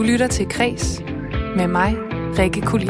lytter til Kres med mig, Rikke Kulin.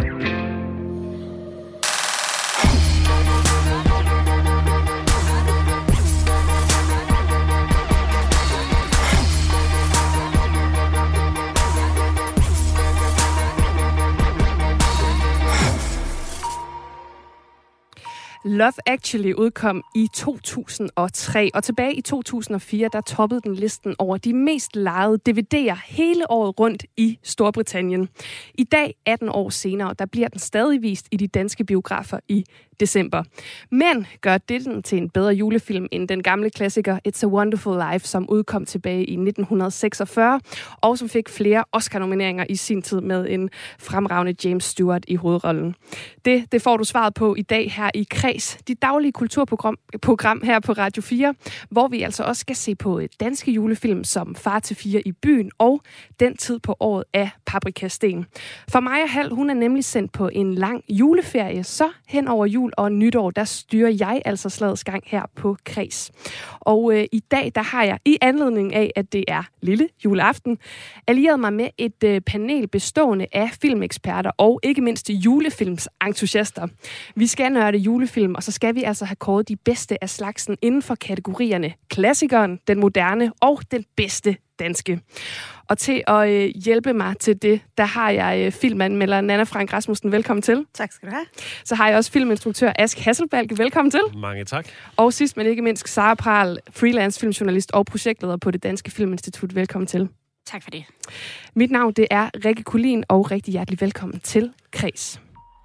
Love Actually udkom i 2003, og tilbage i 2004, der toppede den listen over de mest lejede DVD'er hele året rundt i Storbritannien. I dag, 18 år senere, der bliver den stadig vist i de danske biografer i december. Men gør det den til en bedre julefilm end den gamle klassiker It's a Wonderful Life, som udkom tilbage i 1946, og som fik flere Oscar-nomineringer i sin tid med en fremragende James Stewart i hovedrollen. Det får du svaret på i dag her i Kres, dit daglige kulturprogram her på Radio 4, hvor vi altså også skal se på danske julefilm som Far til 4 i byen og Den tid på året af Paprika Steen. For Maja Hall, hun er nemlig sendt på en lang juleferie, så hen over jul og nytår, der styrer jeg altså slagets gang her på Kres. Og i dag, der har jeg i anledning af, at det er lille juleaften, allieret mig med et panel bestående af filmeksperter og ikke mindst julefilmsentusiaster. Vi skal nørde julefilm, og så skal vi altså have kåret de bedste af slagsen inden for kategorierne klassikeren, den moderne og den bedste danske. Og til at hjælpe mig til det, der har jeg filmanmelder Nanna Frank Rasmussen. Velkommen til. Tak skal du have. Så har jeg også filminstruktør Ask Hasselbalg. Velkommen til. Mange tak. Og sidst men ikke mindst Sara Pral, freelance filmjournalist og projektleder på Det Danske Filminstitut. Velkommen til. Tak for det. Mit navn det er Rikke Kulin, og rigtig hjertelig velkommen til Kres.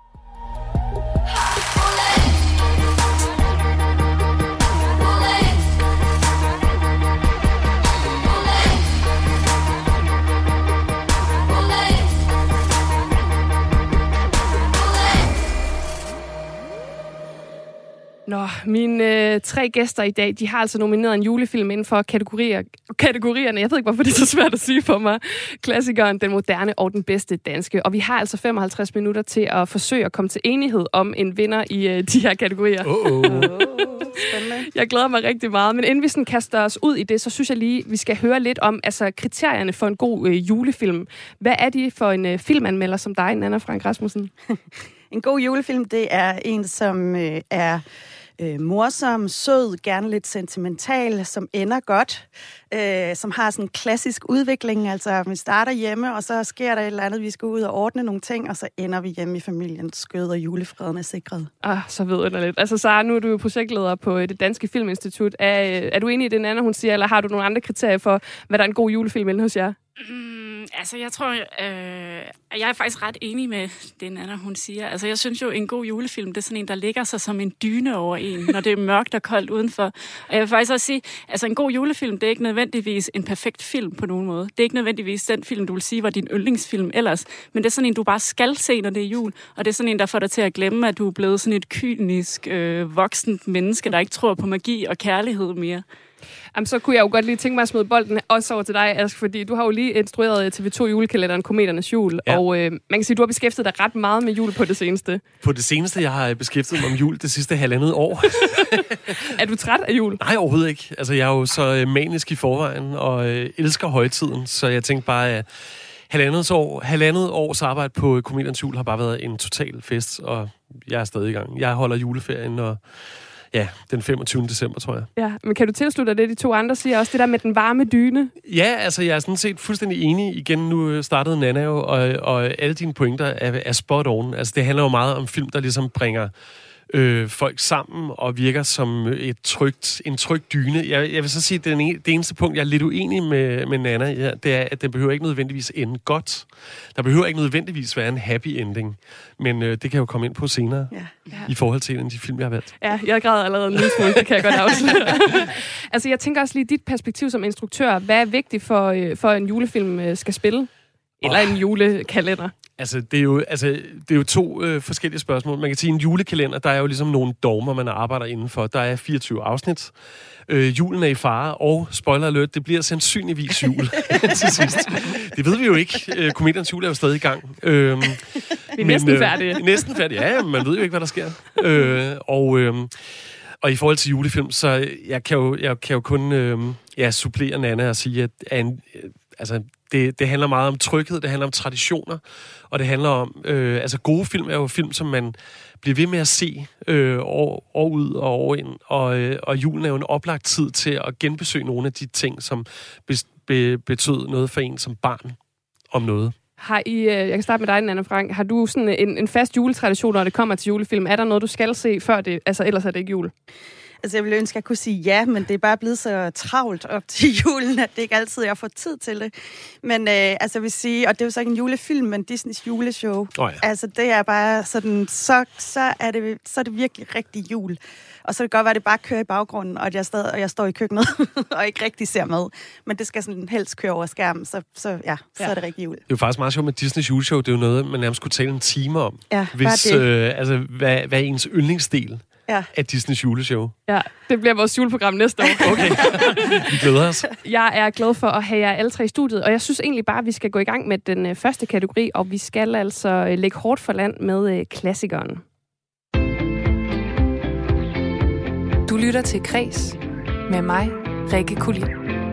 Nå, mine 3 gæster i dag, de har altså nomineret en julefilm inden for kategorierne. Jeg ved ikke, hvorfor det er så svært at sige for mig. Klassikeren, den moderne og den bedste danske. Og vi har altså 55 minutter til at forsøge at komme til enighed om en vinder i de her kategorier. Spændende. Jeg glæder mig rigtig meget. Men inden vi sådan kaster os ud i det, så synes jeg lige, vi skal høre lidt om kriterierne for en god julefilm. Hvad er de for en filmanmelder som dig, Nanna Frank Rasmussen? En god julefilm, det er en, som er morsom, sød, gerne lidt sentimental, som ender godt, som har sådan en klassisk udvikling, altså vi starter hjemme, og så sker der et eller andet, vi skal ud og ordne nogle ting, og så ender vi hjemme i familiens skød, og julefreden er sikret. Så vidunderligt. Altså Sara, nu er du jo projektleder på Det Danske Filminstitut. Er du enig i det, Nanna, hun siger, eller har du nogle andre kriterier for, hvad der er en god julefilm inde hos jer? Altså, jeg tror, jeg er faktisk ret enig med det, Nanna, hun siger. Altså, jeg synes jo, en god julefilm, det er sådan en, der ligger sig som en dyne over en, når det er mørkt og koldt udenfor. Og jeg vil faktisk også sige, altså, en god julefilm, det er ikke nødvendigvis en perfekt film på nogen måde. Det er ikke nødvendigvis den film, du vil sige, var din yndlingsfilm ellers. Men det er sådan en, du bare skal se, når det er jul. Og det er sådan en, der får dig til at glemme, at du er blevet sådan et kynisk, voksent menneske, der ikke tror på magi og kærlighed mere. Jamen, så kunne jeg jo godt lige tænke mig at smide bolden også over til dig, Ask, fordi du har jo lige instrueret TV2 julekalenderen Kometernes Jul, ja. Og man kan sige, at du har beskæftiget dig ret meget med jul på det seneste. På det seneste, jeg har beskæftiget mig med jul det sidste 1,5 år. Er du træt af jul? Nej, overhovedet ikke. Altså, jeg er jo så manisk i forvejen og elsker højtiden, så jeg tænkte bare, at 1,5 års arbejde på Kometernes Jul har bare været en total fest, og jeg er stadig i gang. Jeg holder juleferien, og ja, den 25. december, tror jeg. Ja, men kan du tilslutte dig det, de 2 andre siger? Også det der med den varme dyne? Ja, altså jeg er sådan set fuldstændig enig. Igen, nu startede Nanna jo, og alle dine pointer er spot on. Altså det handler jo meget om film, der ligesom bringer folk sammen og virker som en tryg dyne. Jeg vil så sige, at det eneste punkt, jeg er lidt uenig med Nanna, ja, det er, at det behøver ikke nødvendigvis ende godt. Der behøver ikke nødvendigvis være en happy ending. Men det kan jeg jo komme ind på senere, i forhold til en af de film, jeg har valgt. Ja, jeg græder allerede en lille smule, det kan jeg godt afsløre. Altså, jeg tænker også lige dit perspektiv som instruktør. Hvad er vigtigt for en julefilm skal spille? Eller en julekalender? Altså, det er jo 2 forskellige spørgsmål. Man kan sige, en julekalender, der er jo ligesom nogle dogmer, man arbejder indenfor. Der er 24 afsnit. Julen er i fare, og spoiler alert, det bliver sandsynligvis jul til sidst. Det ved vi jo ikke. Kometernes Jul er jo stadig i gang. Vi er næsten færdige. Næsten færdige, ja. Man ved jo ikke, hvad der sker. Og i forhold til julefilm, så jeg kan jo kun supplere Nanna og sige, altså, det handler meget om tryghed, det handler om traditioner, og det handler om, altså gode film er jo film, som man bliver ved med at se år ud og år ind, og julen er jo en oplagt tid til at genbesøge nogle af de ting, som betød noget for en som barn om noget. Har I, jeg kan starte med dig, Anna Frank. Har du sådan en fast juletradition, når det kommer til julefilm? Er der noget, du skal se før det? Altså, ellers er det ikke jul. Altså, jeg ville ønske, at jeg kunne sige ja, men det er bare blevet så travlt op til julen, at det ikke altid, jeg får tid til det. Men altså, jeg vil sige, og det er jo så ikke en julefilm, men Disneys juleshow. Ja. Altså, det er bare sådan, så er det virkelig rigtig jul. Og så kan det godt være, at det bare kører i baggrunden, og at jeg står i køkkenet og ikke rigtig ser med. Men det skal sådan helst køre over skærmen, så er det rigtig jul. Det er jo faktisk meget sjovt med Disneys juleshow. Det er jo noget, man nærmest kunne tale en time om. Ja, hvis, altså, hvad er ens yndlingsdel af Disneys juleshow? Ja, det bliver vores juleprogram næste år. Okay, vi glæder os. Jeg er glad for at have jer alle tre i studiet, og jeg synes egentlig bare, at vi skal gå i gang med den første kategori, og vi skal altså lægge hårdt for land med klassikeren. Du lytter til Kres med mig, Rikke Kulin.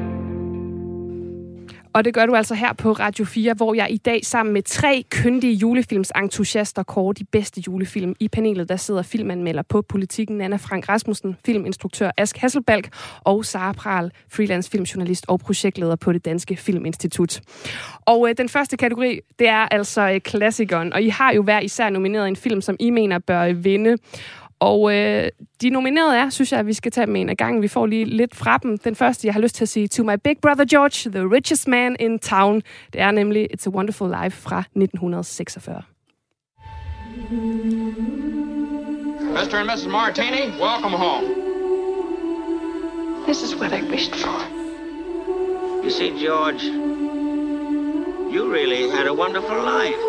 Og det gør du altså her på Radio 4, hvor jeg i dag sammen med 3 kyndige julefilmsentusiaster kårer de bedste julefilm. I panelet der sidder filmanmelder på Politikken, Anna Frank Rasmussen, filminstruktør Ask Hasselbalch og Sara Prahl, freelance filmjournalist og projektleder på Det Danske Filminstitut. Og den første kategori, det er altså klassikeren, og I har jo hver især nomineret en film, som I mener bør vinde. Og de nominerede er, synes jeg, at vi skal tage dem en af gangen. Vi får lige lidt fra dem. Den første, jeg har lyst til at sige, To My Big Brother George, The Richest Man in Town. Det er nemlig It's a Wonderful Life fra 1946. Mr. and Mrs. Martini, welcome home. This is what I wished for. You see, George, you really had a wonderful life.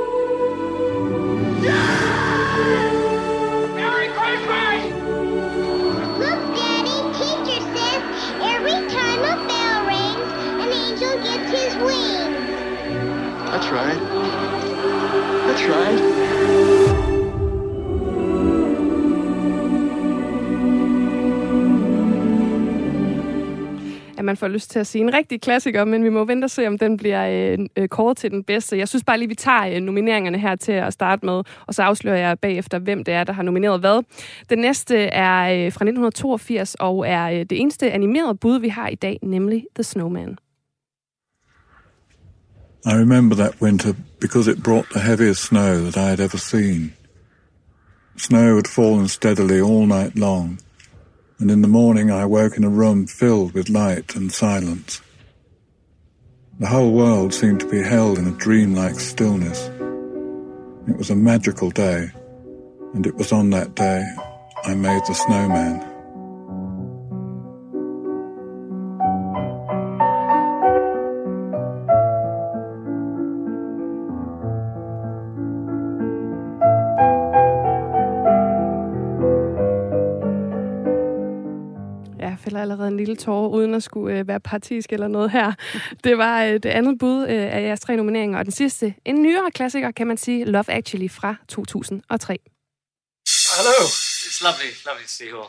Look, Daddy, teacher says every time a bell rings, an angel gets his wings. That's right. That's right. At man får lyst til at sige en rigtig klassiker, men vi må vente og se, om den bliver kåret til den bedste. Jeg synes bare lige, vi tager nomineringerne her til at starte med, og så afslører jeg bagefter, hvem det er, der har nomineret hvad. Den næste er fra 1982, og er det eneste animerede bud, vi har i dag, nemlig The Snowman. I remember that winter because it brought the heaviest snow that I had ever seen. Snow had fallen steadily all night long, and in the morning I woke in a room filled with light and silence. The whole world seemed to be held in a dreamlike stillness. It was a magical day, and it was on that day I made the snowman. Allerede en lille tårer, uden at skulle være partisk eller noget her. Det var det andet bud af jeres 3 nomineringer. Og den sidste, en nyere klassiker, kan man sige, Love Actually fra 2003. Hello. It's lovely to see you all.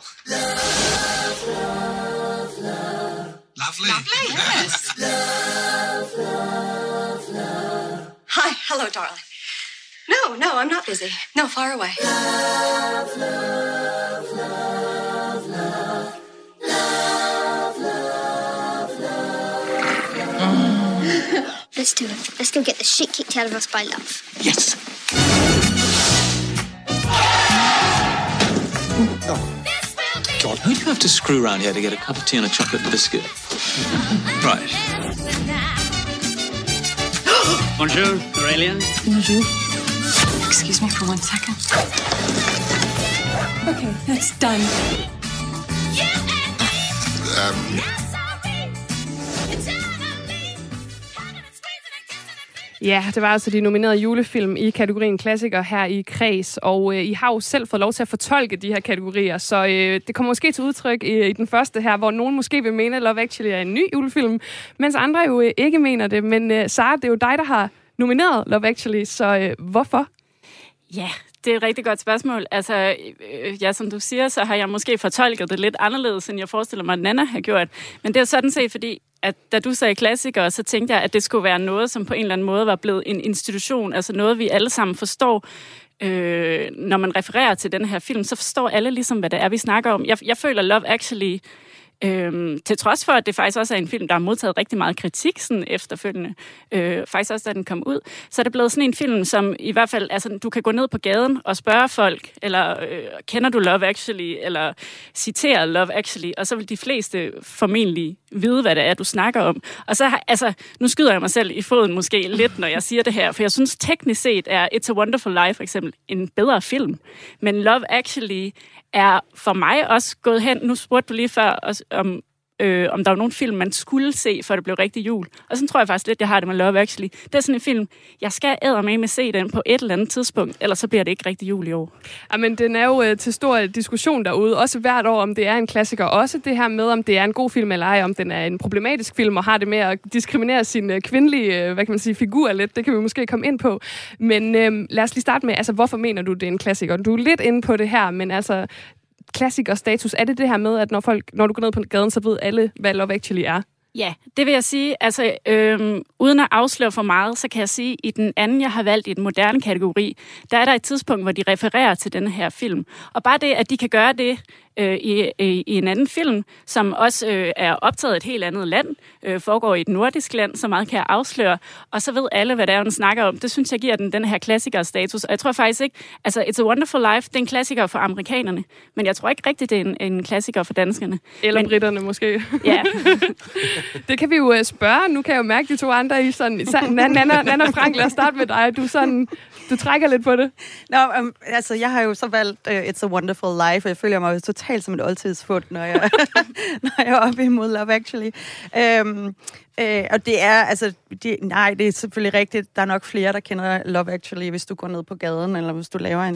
Lovely, yes. Hi, hello, darling. No, I'm not busy. No, far away. Let's do it. Let's go get the shit kicked out of us by love. Yes. Oh. God, who do you have to screw around here to get a cup of tea and a chocolate biscuit? Right. Bonjour, Aurelia. Bonjour. Excuse me for 1 second. Okay, that's done. Ja, det var altså de nominerede julefilm i kategorien klassiker her i Kreds, og I har jo selv fået lov til at fortolke de her kategorier, så det kommer måske til udtryk i den første her, hvor nogen måske vil mene, at Love Actually er en ny julefilm, mens andre jo ikke mener det. Men Sara, det er jo dig, der har nomineret Love Actually, så hvorfor? Ja, det er et rigtig godt spørgsmål. Altså, ja, som du siger, så har jeg måske fortolket det lidt anderledes, end jeg forestiller mig, at Nana har gjort. Men det er sådan set, fordi at da du sagde klassiker, så tænkte jeg, at det skulle være noget, som på en eller anden måde var blevet en institution, altså noget, vi alle sammen forstår. Når man refererer til den her film, så forstår alle ligesom, hvad det er, vi snakker om. Jeg føler Love Actually, til trods for, at det faktisk også er en film, der har modtaget rigtig meget kritik sådan efterfølgende, faktisk også da den kom ud, så er det blevet sådan en film, som i hvert fald, altså du kan gå ned på gaden og spørge folk, eller kender du Love Actually, eller citere Love Actually, og så vil de fleste formentlig vide, hvad det er, du snakker om. Og så altså, nu skyder jeg mig selv i foden måske lidt, når jeg siger det her, for jeg synes teknisk set er It's a Wonderful Life for eksempel en bedre film, men Love Actually er for mig også gået hen. Nu spurgte du lige før, om der var nogen film, man skulle se, før det blev rigtig jul. Og så tror jeg faktisk lidt, jeg har det med Love Actually. Det er sådan en film, jeg skal eddermame se den på et eller andet tidspunkt, ellers så bliver det ikke rigtig jul i år. Jamen, den er jo til stor diskussion derude, også hvert år, om det er en klassiker. Også det her med, om det er en god film eller ej, om den er en problematisk film, og har det med at diskriminere sin kvindelige, hvad kan man sige, figur lidt. Det kan vi måske komme ind på. Men lad os lige starte med, altså, hvorfor mener du, det er en klassiker? Du er lidt inde på det her, men altså, klassikerstatus, er det her med, at når du går ned på gaden, så ved alle, hvad Love Actually er? Ja, det vil jeg sige. Altså, uden at afsløre for meget, så kan jeg sige, at i den anden, jeg har valgt i den moderne kategori, der er der et tidspunkt, hvor de refererer til denne her film. Og bare det, at de kan gøre det i en anden film, som også er optaget i et helt andet land, foregår i et nordisk land, så meget kan jeg afsløre, og så ved alle, hvad det er, den snakker om. Det synes jeg giver den her klassikerstatus, og jeg tror faktisk ikke, altså It's a Wonderful Life, det er en klassiker for amerikanerne, men jeg tror ikke rigtigt, det er en klassiker for danskerne. Eller britterne måske. Ja. Det kan vi jo spørge. Nu kan jeg jo mærke de to andre i sådan, Nanna Frank, lad os starte med dig. Du trækker lidt på det. Nå, altså jeg har jo så valgt It's a Wonderful Life, og jeg føler mig jo totalt som et oldtidsfund, når jeg er oppe imod Love Actually. Og det er, altså, det er selvfølgelig rigtigt. Der er nok flere, der kender Love Actually, hvis du går ned på gaden, eller hvis du laver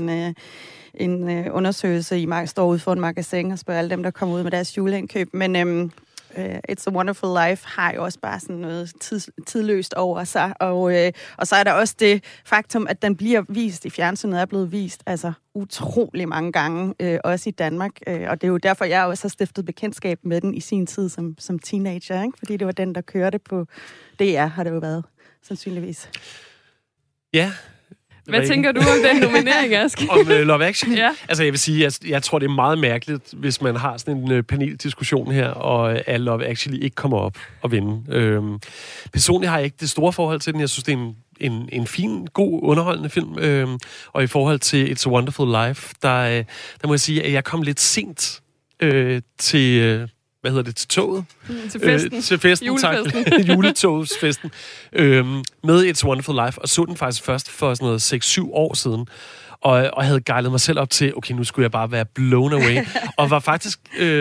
en undersøgelse står ude for en magasin og spørger alle dem, der kommer ud med deres juleindkøb. Men It's a Wonderful Life har jo også bare sådan noget tidløst over sig, og så er der også det faktum, at den bliver vist i fjernsynet, er blevet vist altså utrolig mange gange, også i Danmark, og det er jo derfor, jeg også har stiftet bekendtskab med den i sin tid som teenager, ikke? Fordi det var den, der kørte på DR, har det jo været, sandsynligvis. Ja. Hvad tænker du om den nominering, Ask? Om Love Actually? Ja. Altså, jeg vil sige, jeg tror, det er meget mærkeligt, hvis man har sådan en paneldiskussion her, og at Love Actually ikke kommer op og vinde. Personligt har jeg ikke det store forhold til den. Jeg synes, det er en fin, god, underholdende film. Og i forhold til It's a Wonderful Life, der må jeg sige, at jeg kom lidt sent til... til toget? Til festen. Til festen, julefesten. Tak. Juletogsfesten. Med It's a Wonderful Life, og så den faktisk først for sådan noget 6-7 år siden. Og havde gejlet mig selv op til, okay, nu skulle jeg bare være blown away. Og var faktisk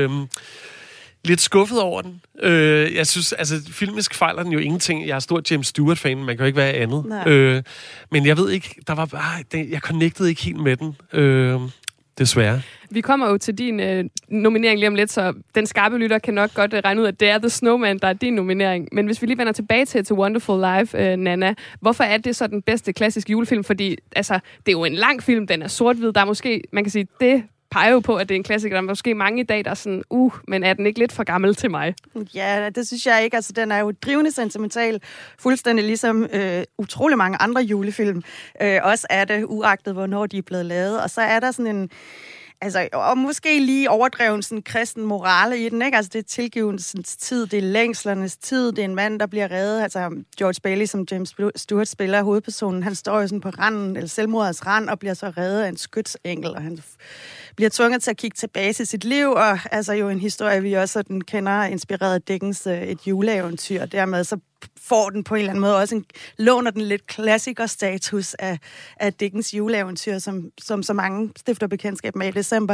lidt skuffet over den. Jeg synes, altså, filmisk fejler den jo ingenting. Jeg er stor James Stewart-fan, man kan jo ikke være andet. Men jeg ved ikke, der var bare... Jeg connectede ikke helt med den. Desværre. Vi kommer jo til din nominering lige om lidt, så den skarpe lytter kan nok godt regne ud, at det er The Snowman, der er din nominering. Men hvis vi lige vender tilbage til It's a Wonderful Life, Nanna, hvorfor er det så den bedste klassiske julefilm? Fordi altså, det er jo en lang film, den er sort-hvid. Der er måske, man kan sige, det peger jo på, at det er en klassiker. Der er måske mange i dag, der er sådan, men er den ikke lidt for gammel til mig? Ja, det synes jeg ikke. Altså, den er jo drivende sentimental, fuldstændig ligesom utrolig mange andre julefilm. Også er det uagtet, hvornår de er blevet lavet. Og så er der sådan en... Altså, og måske lige overdreven sådan kristen morale i den, ikke? Altså, det er tilgivelsens tid, det er længslernes tid, det er en mand, der bliver reddet. Altså, George Bailey, som James Stewart spiller hovedpersonen, han står jo sådan på randen, eller selvmordets rand, og bliver så reddet af en skytsengel, og han bliver tvunget til at kigge tilbage til sit liv, og altså jo en historie, vi også sådan kender, inspireret af Dickens et juleeventyr, og dermed så får den på en eller anden måde også låner den lidt klassikerstatus af Dickens juleeventyr, som så mange stifter bekendtskab med i december.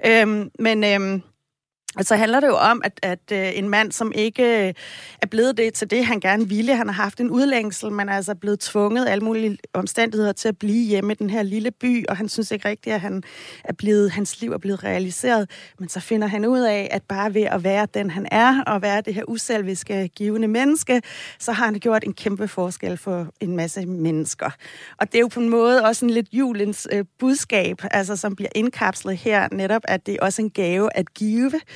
Og så handler det jo om, at en mand, som ikke er blevet det til det, han gerne ville, han har haft en udlængsel, men er altså blevet tvunget af alle mulige omstændigheder til at blive hjemme i den her lille by, og han synes ikke rigtigt, at hans liv er blevet realiseret. Men så finder han ud af, at bare ved at være den, han er, og være det her uselviske, givende menneske, så har han gjort en kæmpe forskel for en masse mennesker. Og det er jo på en måde også en lidt julens budskab, altså som bliver indkapslet her netop, at det er også en gave at give.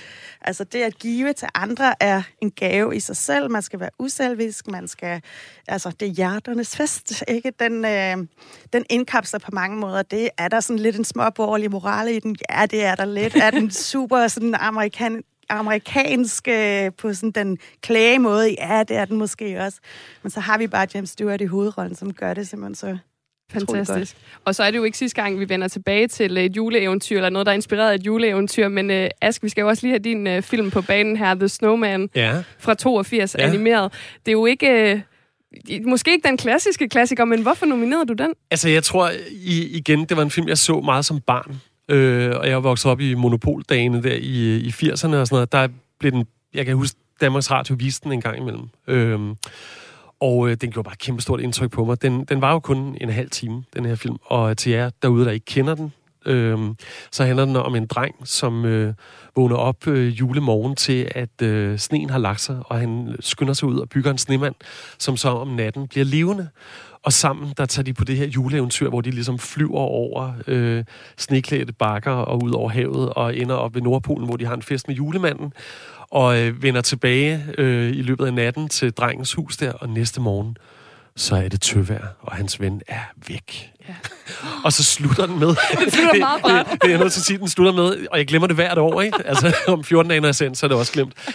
Altså det at give til andre er en gave i sig selv. Man skal være uselvisk, altså det er hjerternes fest, ikke? Den indkapsler på mange måder. Det er der sådan lidt en småborgerlig morale i den. Ja, det er der lidt. Er den super sådan amerikansk på sådan den klage måde? Ja, det er den måske også. Men så har vi bare James Stewart i hovedrollen, som gør det simpelthen så fantastisk. Og så er det jo ikke sidste gang, vi vender tilbage til et juleeventyr, eller noget, der er inspireret af et juleeventyr, men Ask, vi skal jo også lige have din film på banen her, The Snowman, fra 82, animeret. Det er jo ikke... Måske ikke den klassiske klassiker, men hvorfor nominerede du den? Altså, jeg tror igen, det var en film, jeg så meget som barn. Og jeg var vokset op i Monopol-dagene der i 80'erne og sådan noget. Der blev den... Jeg kan huske, Danmarks Radio viste den en gang imellem. Og den gjorde bare et kæmpestort indtryk på mig. Den var jo kun en halv time, den her film. Og til jer derude, der ikke kender den, så handler den om en dreng, som vågner op julemorgen til, at sneen har lagt sig, og han skynder sig ud og bygger en snemand, som så om natten bliver levende. Og sammen, der tager de på det her juleeventyr, hvor de ligesom flyver over sneklædte bakker og ud over havet, og ender op ved Nordpolen, hvor de har en fest med julemanden, og vender tilbage i løbet af natten til drengens hus der, og næste morgen, så er det tøvejr, og hans ven er væk. Ja. Og så slutter den med... Den slutter meget bræt. Det er jeg nødt til at sige, den slutter med, og jeg glemmer det hvert år, ikke? Altså, om 14 dage, når jeg sender, så er det også glemt.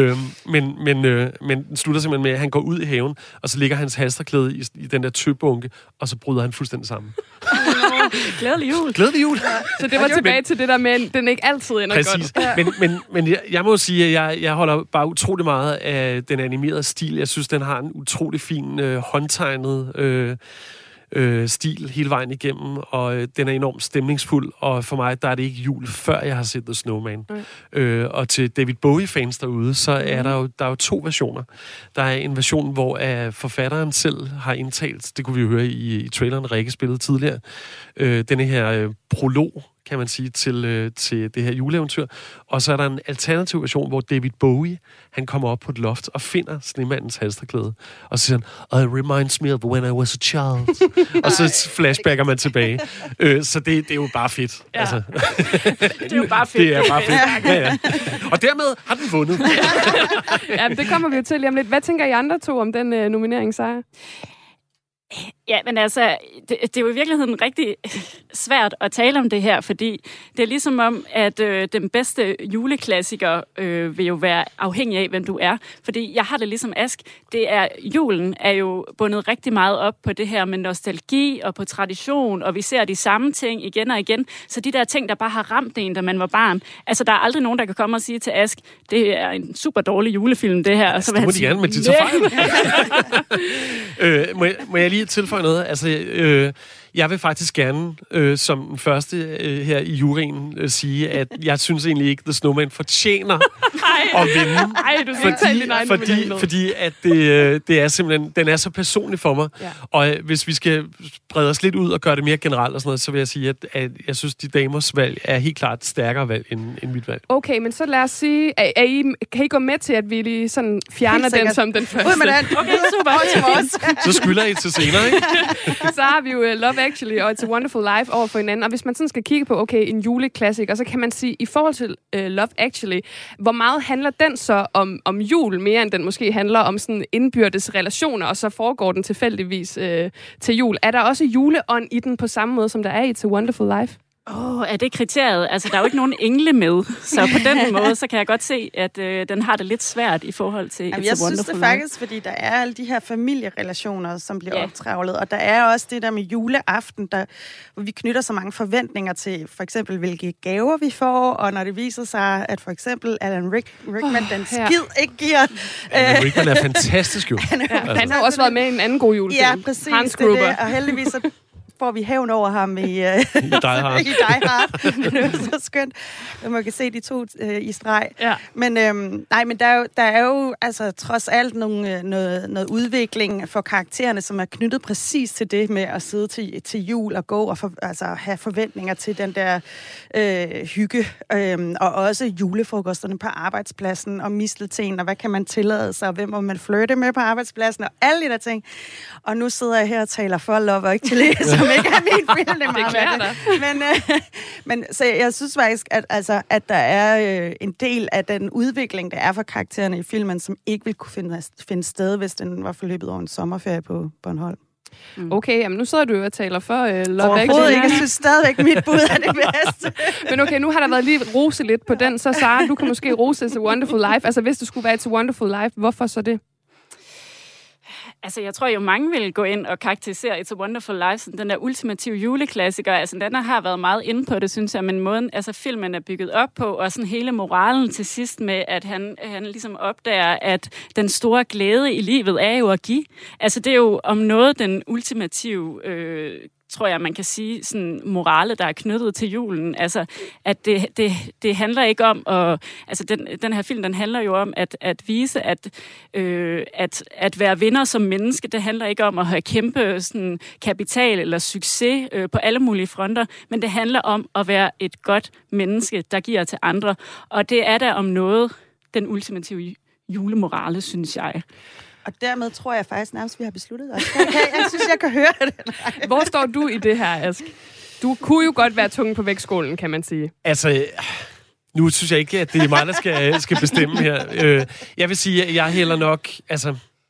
Men den slutter simpelthen med, at han går ud i haven, og så ligger hans halsterklæde i den der tøbunke, og så bryder han fuldstændig sammen. Glædelig jul. Glædelig jul. Så det var tilbage til det der med, at den ikke altid ender præcis. Godt. Men jeg må sige, at jeg holder bare utrolig meget af den animerede stil. Jeg synes, den har en utrolig fin håndtegnet stil hele vejen igennem, og den er enormt stemningsfuld, og for mig, der er det ikke jul, før jeg har set The Snowman. Og til David Bowie-fans derude, så er der er jo 2 versioner. Der er en version, hvor forfatteren selv har indtalt, det kunne vi jo høre i traileren, Rikke spillede tidligere, denne her prolog, kan man sige, til det her juleeventyr. Og så er der en alternativ version, hvor David Bowie, han kommer op på et loft og finder snemandens halsterklæde. Og så siger han, it reminds me of when I was a child. Og så flashbacker man tilbage. Så det er jo bare fedt. Ja. Altså. Det er jo bare fedt. Det er bare fedt. Ja. Og dermed har den vundet. Ja, det kommer vi jo til lige om lidt. Hvad tænker I andre 2 om den nominering, Sara? Ja, men altså, det er jo i virkeligheden rigtig svært at tale om det her, fordi det er ligesom om, at den bedste juleklassiker vil jo være afhængig af, hvem du er. Fordi jeg har det ligesom Ask, julen er jo bundet rigtig meget op på det her med nostalgi og på tradition, og vi ser de samme ting igen og igen. Så de der ting, der bare har ramt en, da man var barn, altså der er aldrig nogen, der kan komme og sige til Ask, det er en super dårlig julefilm, det her. Altså, det må de gerne, men de tager fejl. Må jeg lige tilføje noget? Altså, jeg vil faktisk gerne, som den første her i juryen, sige, at jeg synes egentlig ikke, The Snowman fortjener at vinde. Ej, du skal ikke tage din egen fordi at det er simpelthen, den er så personlig for mig. Ja. Og hvis vi skal brede os lidt ud og gøre det mere generelt og sådan noget, så vil jeg sige, at jeg synes, de damers valg er helt klart stærkere valg end mit valg. Okay, men så lad os sige, kan I gå med til, at vi lige sådan fjerner den som den første? Ud med den. Okay, super. Så skylder I til senere, ikke? Så har vi jo Love Actually og It's a Wonderful Life over for hinanden. Og hvis man sådan skal kigge på, okay, en juleklassiker, så kan man sige, i forhold til Love Actually, hvor meget handler den så om jul, mere end den måske handler om sådan indbyrdes relationer, og så foregår den tilfældigvis til jul. Er der også juleånd i den på samme måde, som der er i It's a Wonderful Life? Er det kriteriet? Altså, der er jo ikke nogen engle med. Så på den måde, så kan jeg godt se, at den har det lidt svært i forhold til It's a Wonderful Life. Jeg synes det faktisk, fordi der er alle de her familierelationer, som bliver optrævlet, og der er også det der med juleaften, hvor vi knytter så mange forventninger til for eksempel, hvilke gaver vi får, og når det viser sig, at for eksempel Alan Rickman, den skid ikke giver... Alan Rickman er fantastisk jo. Han har også været med i en anden god julefilm. Ja, præcis. Hans Gruber. Det, og heldigvis så får vi hævn over ham i Die Hard. Det er så skønt, at man kan se de 2 i streg. Ja. Men, men der er jo altså, trods alt noget udvikling for karaktererne, som er knyttet præcis til det med at sidde til jul og gå og have forventninger til den der hygge. Og også julefrokosterne på arbejdspladsen og mistelten, og hvad kan man tillade sig, og hvem må man flirte med på arbejdspladsen, og alle de der ting. Og nu sidder jeg her og taler for Love Actually, som som ikke er min film. Det er meget klæder men så jeg synes faktisk, at der er en del af den udvikling, der er for karaktererne i filmen, som ikke ville kunne finde sted, hvis den var forløbet over en sommerferie på Bornholm. Okay, jamen nu sidder du og taler for Love Actually. Overhovedet ikke. Jeg synes stadigvæk, mit bud er det bedste. Men okay, nu har der været lige rose lidt på den, så Sara, du kan måske rose It's a Wonderful Life. Altså, hvis det skulle være It's a Wonderful Life, hvorfor så det? Altså, jeg tror jo, mange vil gå ind og karakterisere It's a Wonderful Life som den der ultimative juleklassiker. Altså, den har været meget inde på det, synes jeg, men måden, altså, filmen er bygget op på, og sådan hele moralen til sidst med, at han ligesom opdager, at den store glæde i livet er jo at give. Altså, det er jo om noget den ultimative tror jeg, man kan sige, sådan morale, der er knyttet til julen. Altså, at det handler ikke om at... Altså, den her film, den handler jo om at vise, at være vinder som menneske, det handler ikke om at have kæmpe sådan, kapital eller succes på alle mulige fronter, men det handler om at være et godt menneske, der giver til andre. Og det er der om noget den ultimative julemorale, synes jeg. Og dermed tror jeg faktisk nærmest, vi har besluttet os. Jeg synes, jeg kan høre det. Hvor står du i det her, Ask? Du kunne jo godt være tungen på vægtskålen, kan man sige. Altså, nu synes jeg ikke, at det er mig, der skal bestemme her. Jeg vil sige, at jeg hælder nok... Altså,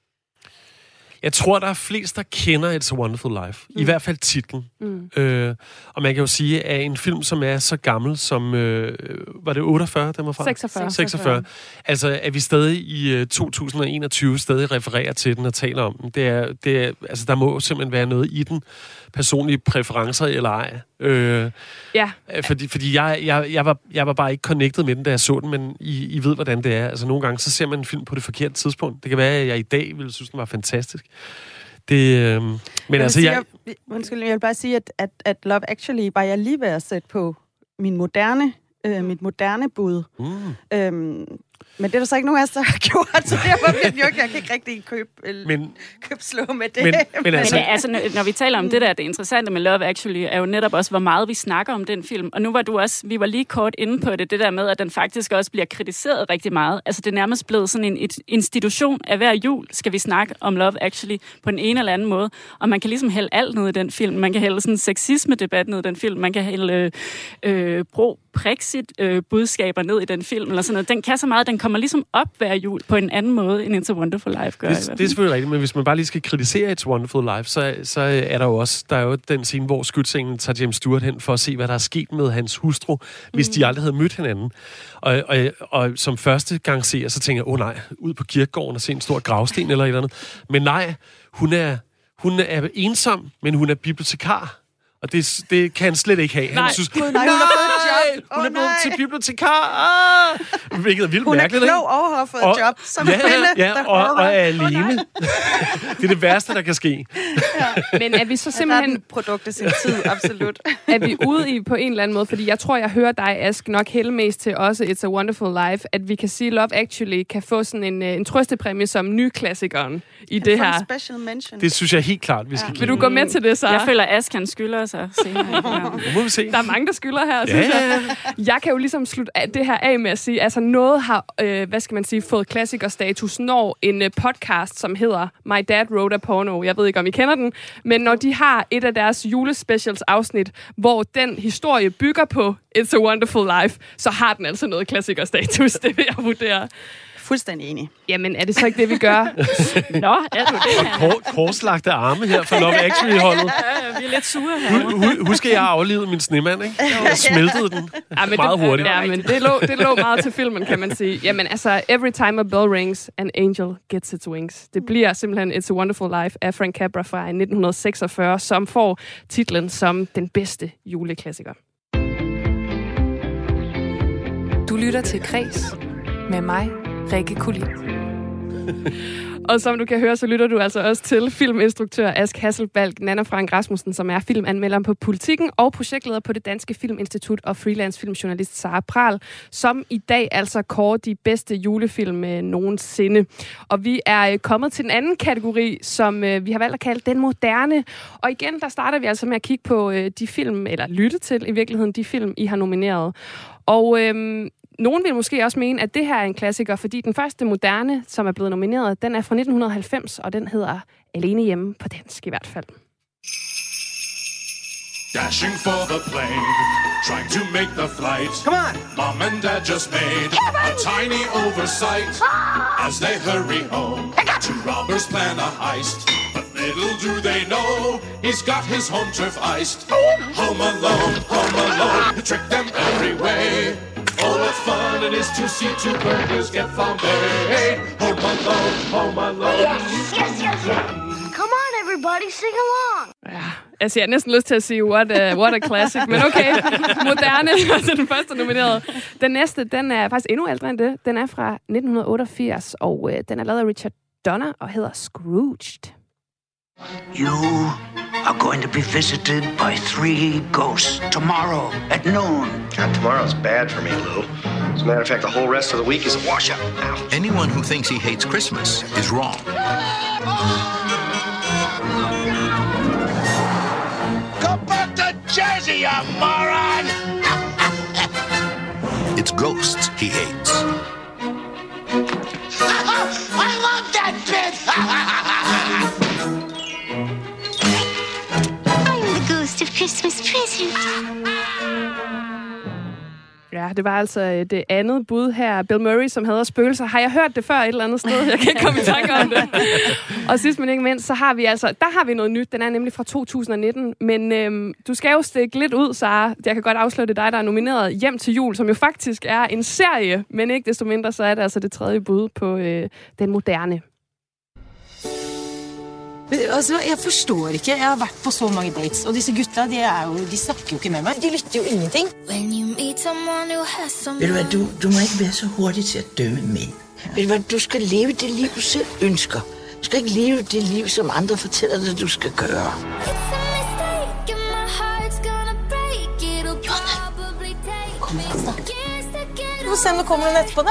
jeg tror, der er flest, der kender It's a Wonderful Life. I hvert fald titlen. Og man kan jo sige, at en film, som er så gammel som... var det 48, den var fra? 46. Altså, at vi stadig i 2021 stadig refererer til den og taler om den. Det er, altså, der må simpelthen være noget i den. Personlige præferencer eller ej. Ja. Fordi jeg var bare ikke connected med den, da jeg så den, men I ved, hvordan det er. Altså, nogle gange, så ser man en film på det forkerte tidspunkt. Det kan være, at jeg i dag ville synes, den var fantastisk. Men altså, jeg vil bare sige, at Love Actually var jeg lige ved at sætte på mit moderne bud. Men det er der så ikke nogen af os, der har gjort, så derfor jeg kan ikke rigtig købe slå med det. Men altså, når vi taler om det der, det interessante med Love Actually, er jo netop også, hvor meget vi snakker om den film. Og nu var vi var lige kort inde på det der med, at den faktisk også bliver kritiseret rigtig meget. Altså, det er nærmest blevet sådan en institution af hver jul, skal vi snakke om Love Actually på den ene eller anden måde. Og man kan ligesom hælde alt ned i den film. Man kan hælde sådan en sexisme-debat ned i den film. Man kan hælde Brexit-budskaber ned i den film, eller sådan noget. Den kan så meget, den kommer ligesom op hver jul på en anden måde, end It's a Wonderful Life gør. Det er selvfølgelig rigtigt, men hvis man bare lige skal kritisere It's a Wonderful Life, så er der jo den scene, hvor skytsengen tager James Stewart hen for at se, hvad der er sket med hans hustru, hvis de aldrig havde mødt hinanden. Og som første gang ser, så tænker jeg, nej, ud på kirkegården og se en stor gravsten eller et eller andet. Men nej, hun er ensom, men hun er bibliotekar. Og det kan han slet ikke have. Han synes, hun har fået et job. Hun er blevet til bibliotekar. Hvilket er vildt mærkeligt. Hun er klog og har fået et job som kvinde. Og er alene. Det er det værste, der kan ske. Men er vi så simpelthen... produkt af sin tid, absolut. Er vi ude i på en eller anden måde? Fordi jeg tror, jeg hører dig, Ask, nok hælde mest til også It's a Wonderful Life, at vi kan sige, Love Actually kan få sådan en trøstepræmie som nyklassikeren i det her. Special mention. Det synes jeg helt klart, vi skal give. Vil du gå med til det, så? Jeg føler, Ask kan skylder sig senere. Må vi se. Der er mange, der skylder her, synes jeg. Jeg kan jo ligesom slutte det her af med at sige, altså noget har, fået klassikerstatus, når en podcast, som hedder My Dad Wrote a Porno, jeg ved ikke, om I kender den, men når de har et af deres julespecials afsnit, hvor den historie bygger på It's a Wonderful Life, så har den altså noget klassikerstatus, det vil jeg vurdere. Fuldstændig enig. Jamen, er det så ikke det, vi gør? Nå, er du det her? Korslagte arme her for Love Actually-holdet. Ja, vi er lidt sure her. Husk, at jeg aflevede min snemand, ikke? Jeg smeltede den meget hurtigt. Ja, men det lå meget til filmen, kan man sige. Jamen, altså, Every Time a Bell Rings, an Angel Gets Its Wings. Det bliver simpelthen It's a Wonderful Life af Frank Capra fra 1946, som får titlen som den bedste juleklassiker. Du lytter til Kres med mig, Rikke Kulin. Og som du kan høre, så lytter du altså også til filminstruktør Ask Hasselbalch, Nanna Frank Rasmussen, som er filmanmelder på Politikken, og projektleder på det Danske Filminstitut og freelance filmjournalist Sara Prahl, som i dag altså kårer de bedste julefilm nogensinde. Og vi er kommet til den anden kategori, som vi har valgt at kalde den moderne. Og igen, der starter vi altså med at kigge på de film, eller lytte til i virkeligheden de film, I har nomineret. Og nogen vil måske også mene, at det her er en klassiker, fordi den første moderne, som er blevet nomineret, den er fra 1990, og den hedder Alene hjemme på dansk i hvert fald. Dashing for the plane, trying to make the flight. Come on! Mom and Dad just made a tiny oversight. As they hurry home, two robbers plan a heist. But little do they know, he's got his home turf iced. Home alone, trick them every way. Oh, what fun it is to see two burglars get found dead. Home alone. Yes. Come on, everybody, sing along. Ja, altså jeg har næsten lyst til at sige, what a classic, men okay, moderne, altså den første nominerede. Den næste, den er faktisk endnu ældre end det. Den er fra 1988, og den er lavet af Richard Donner og hedder Scrooged. You are going to be visited by 3 ghosts tomorrow at noon. God, tomorrow's bad for me, Lou. As a matter of fact, the whole rest of the week is a washout. Anyone who thinks he hates Christmas is wrong. Go back to Jersey, you moron! It's ghosts he hates. I love that bit! Of Christmas present. Ja, det var altså det andet bud her. Bill Murray, som hader spøgelser. Har jeg hørt det før et eller andet sted? Jeg kan ikke komme i tanke om det. Og sidst men ikke mindst, så har vi altså... Der har vi noget nyt. Den er nemlig fra 2019. Men du skal jo stikke lidt ud, Sara. Jeg kan godt afsløre, det dig, der er nomineret Hjem til jul, som jo faktisk er en serie. Men ikke desto mindre, så er det altså det tredje bud på den moderne. Altså, jeg forstår ikke. Jeg har vært på så mange dates, og disse gutta, de snakker jo ikke med meg. De lytter jo ingenting. Ved du hvad, du må ikke være så hurtig til at dømme mænd. Ved du hvad, du skal leve det liv, du selv ønsker. Du skal ikke leve det liv, som andre fortæller dig, du skal gøre. Kom igjen, snart. Du må se om det kommer noen etterpå, da.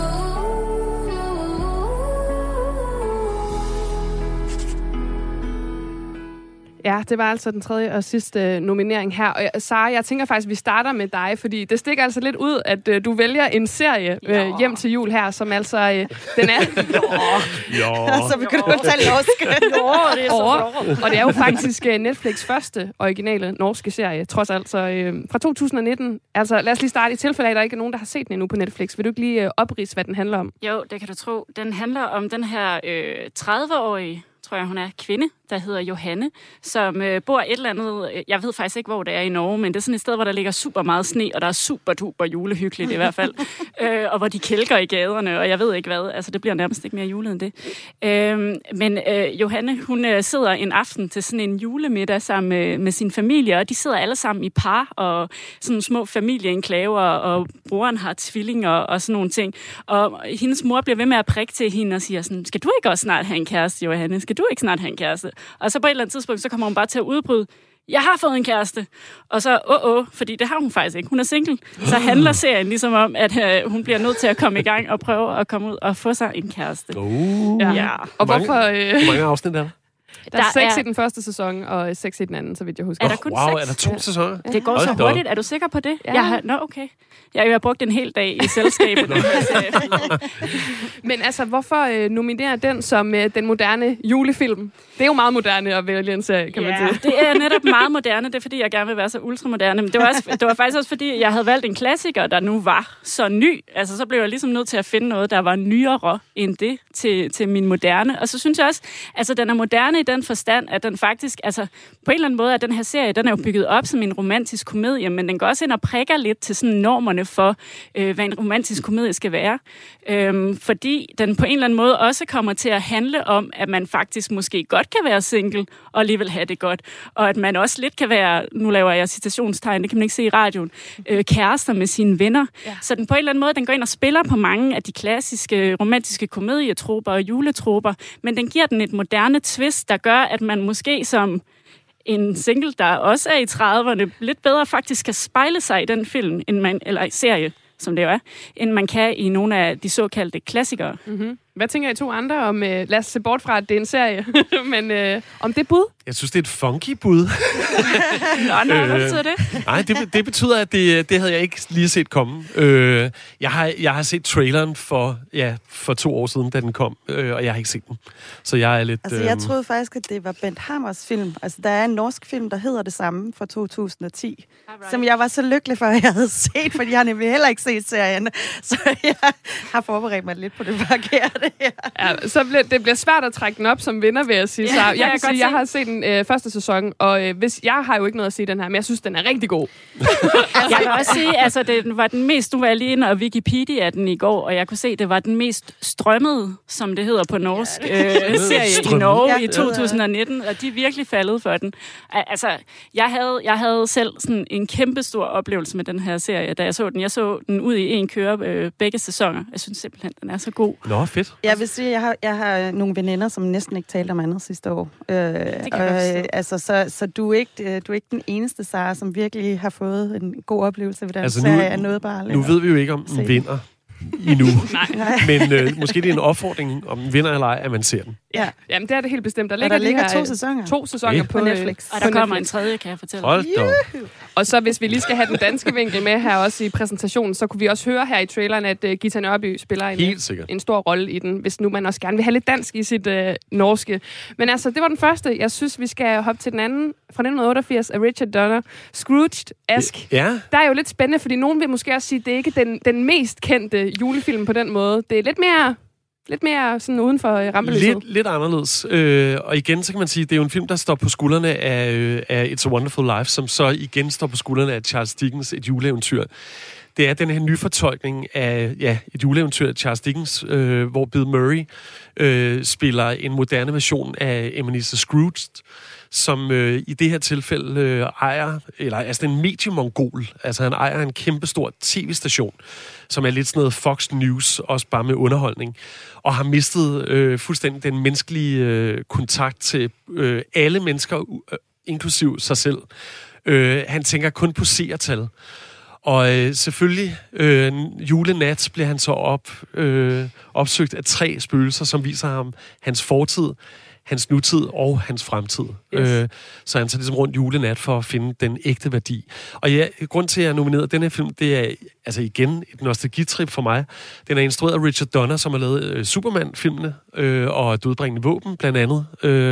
Ja, det var altså den tredje og sidste nominering her. Og Sara, jeg tænker faktisk, at vi starter med dig, fordi det stikker altså lidt ud, at du vælger en serie Hjem til jul her, som altså, den er... Så begynder du at tale norsk. Det er så og det er jo faktisk Netflix' første originale norske serie, trods alt. Så fra 2019. Altså, lad os lige starte i tilfælde af, at der ikke er nogen, der har set den endnu på Netflix. Vil du ikke lige opridse, hvad den handler om? Jo, det kan du tro. Den handler om den her 30-årige, tror jeg, hun er kvinde, der hedder Johanne, som bor et eller andet, jeg ved faktisk ikke, hvor det er i Norge, men det er sådan et sted, hvor der ligger super meget sne, og der er super duper julehyggeligt i hvert fald, og hvor de kælker i gaderne, og jeg ved ikke hvad, altså det bliver nærmest ikke mere julet end det. Men Johanne, hun sidder en aften til sådan en julemiddag sammen med sin familie, og de sidder alle sammen i par, og sådan små familieenklaver, og broren har tvillinger og sådan nogle ting, og hendes mor bliver ved med at prikke til hende og siger sådan, skal du ikke også snart have en kæreste, Johanne? Skal du ikke snart have en kæreste? Og så på et eller andet tidspunkt, så kommer hun bare til at udbryde, jeg har fået en kæreste. Og så, fordi det har hun faktisk ikke. Hun er single. Så handler serien ligesom om, at hun bliver nødt til at komme i gang og prøve at komme ud og få sig en kæreste. Ja. Og hvorfor... Hvor mange afsnit er der? Der er 6 i den første sæson, og 6 i den anden, så vidt jeg husker. Er der kun 6? Er der 2 sæsoner? Det går så hurtigt. Er du sikker på det? Ja. Nå, okay. Jeg har brugt en hel dag i selskabet. Men altså, hvorfor nominere den som den moderne julefilm? Det er jo meget moderne at vælge en serie, kan man sige. Det er netop meget moderne. Det er, fordi jeg gerne vil være så ultramoderne. Men det var faktisk også, fordi jeg havde valgt en klassiker, der nu var så ny. Altså, så blev jeg ligesom nødt til at finde noget, der var nyere end det til min moderne. Og så synes jeg også, altså, den er moderne i den forstand, at den faktisk, altså, på en eller anden måde, at den her serie, den er jo bygget op som en romantisk komedie, men den går også ind og prikker lidt til sådan normerne for, hvad en romantisk komedie skal være. Fordi den på en eller anden måde også kommer til at handle om, at man faktisk måske godt kan være single, og alligevel have det godt. Og at man også lidt kan være, nu laver jeg citationstegn, det kan man ikke se i radioen, kærester med sine venner. Ja. Så den på en eller anden måde, den går ind og spiller på mange af de klassiske romantiske komedietroper og juletroper, men den giver den et moderne twist, der gør, at man måske som en single, der også er i 30'erne, lidt bedre faktisk kan spejle sig i den film, eller serie, som det jo er, end man kan i nogle af de såkaldte klassikere. Mm-hmm. Hvad tænker I to andre om, lad os se bort fra, at det er en serie, men om det bud? Jeg synes, det er et funky bud. Hvad betyder det? Nej, det betyder, at det havde jeg ikke lige set komme. Jeg har set traileren for 2 år siden, da den kom, og jeg har ikke set den. Så jeg er lidt... Altså, jeg troede faktisk, at det var Bent Hamers film. Altså, der er en norsk film, der hedder det samme fra 2010, som jeg var så lykkelig for, at jeg havde set, fordi jeg har nemlig heller ikke set serien. Så jeg har forberedt mig lidt på det forkerte her. Ja, så det bliver svært at trække den op som vinder, vil jeg sige. Så jeg kan sige, jeg har set den første sæson, og jeg har jo ikke noget at sige den her, men jeg synes, den er rigtig god. Jeg kan også sige, altså det var den mest, nu var jeg lige inde og Wikipedia den i går, og jeg kunne se, det var den mest strømmede, som det hedder på norsk, serie i Norge i 2019, og de er virkelig faldet for den. Altså, jeg havde selv sådan en kæmpestor oplevelse med den her serie, da jeg så den. Jeg så den ud i en køre begge sæsoner. Jeg synes simpelthen, den er så god. Nå, fedt. Jeg vil sige, jeg har nogle veninder, som næsten ikke talte om andet sidste år. Så du er ikke den eneste, Sara, som virkelig har fået en god oplevelse ved den serie af noget bare. Nu ved vi jo ikke, om den vinder endnu. Men måske det er en opfordring, om den vinder eller ej, at man ser den. Ja, jamen det er det helt bestemt. Der ligger 2 sæsoner. 2 sæsoner på Netflix. Og der kommer en tredje, kan jeg fortælle. Hold da. Og så hvis vi lige skal have den danske vinkel med her også i præsentationen, så kunne vi også høre her i traileren, at Gita Nørby spiller en stor rolle i den, hvis nu man også gerne vil have lidt dansk i sit norske. Men altså, det var den første. Jeg synes, vi skal hoppe til den anden fra 1988 af Richard Donner. Scrooge-esk. Ja. Der er jo lidt spændende, fordi nogen vil måske også sige, at det ikke er den mest kendte julefilm på den måde. Det er lidt mere sådan uden for rampelyset. Lidt anderledes. Og igen, så kan man sige, det er jo en film, der står på skuldrene af It's a Wonderful Life, som så igen står på skuldrene af Charles Dickens' Et juleeventyr. Det er den her nyfortolkning af et juleeventyr af Charles Dickens, hvor Bill Murray spiller en moderne version af Ebenezer Scrooge, som i det her tilfælde ejer en mediemongol. Altså han ejer en kæmpestor tv-station, som er lidt sådan noget Fox News, også bare med underholdning, og har mistet fuldstændig den menneskelige kontakt til alle mennesker, inklusiv sig selv. Han tænker kun på seertal. Og selvfølgelig, julenat bliver han så opsøgt af 3 spøgelser, som viser ham hans fortid, hans nutid og hans fremtid. Yes. Så han tager ligesom rundt julenat for at finde den ægte værdi. Og ja, grund til, at jeg nominerede den her film, det er altså igen et nostalgitrip for mig. Den er instrueret af Richard Donner, som har lavet Superman-filmene og Dødbringende Våben, blandt andet.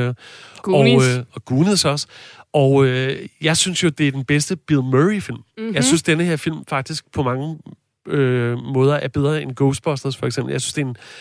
Og Goonies også. Og jeg synes jo, det er den bedste Bill Murray-film. Mm-hmm. Jeg synes, denne her film faktisk på mange måder er bedre end Ghostbusters, for eksempel. Jeg synes,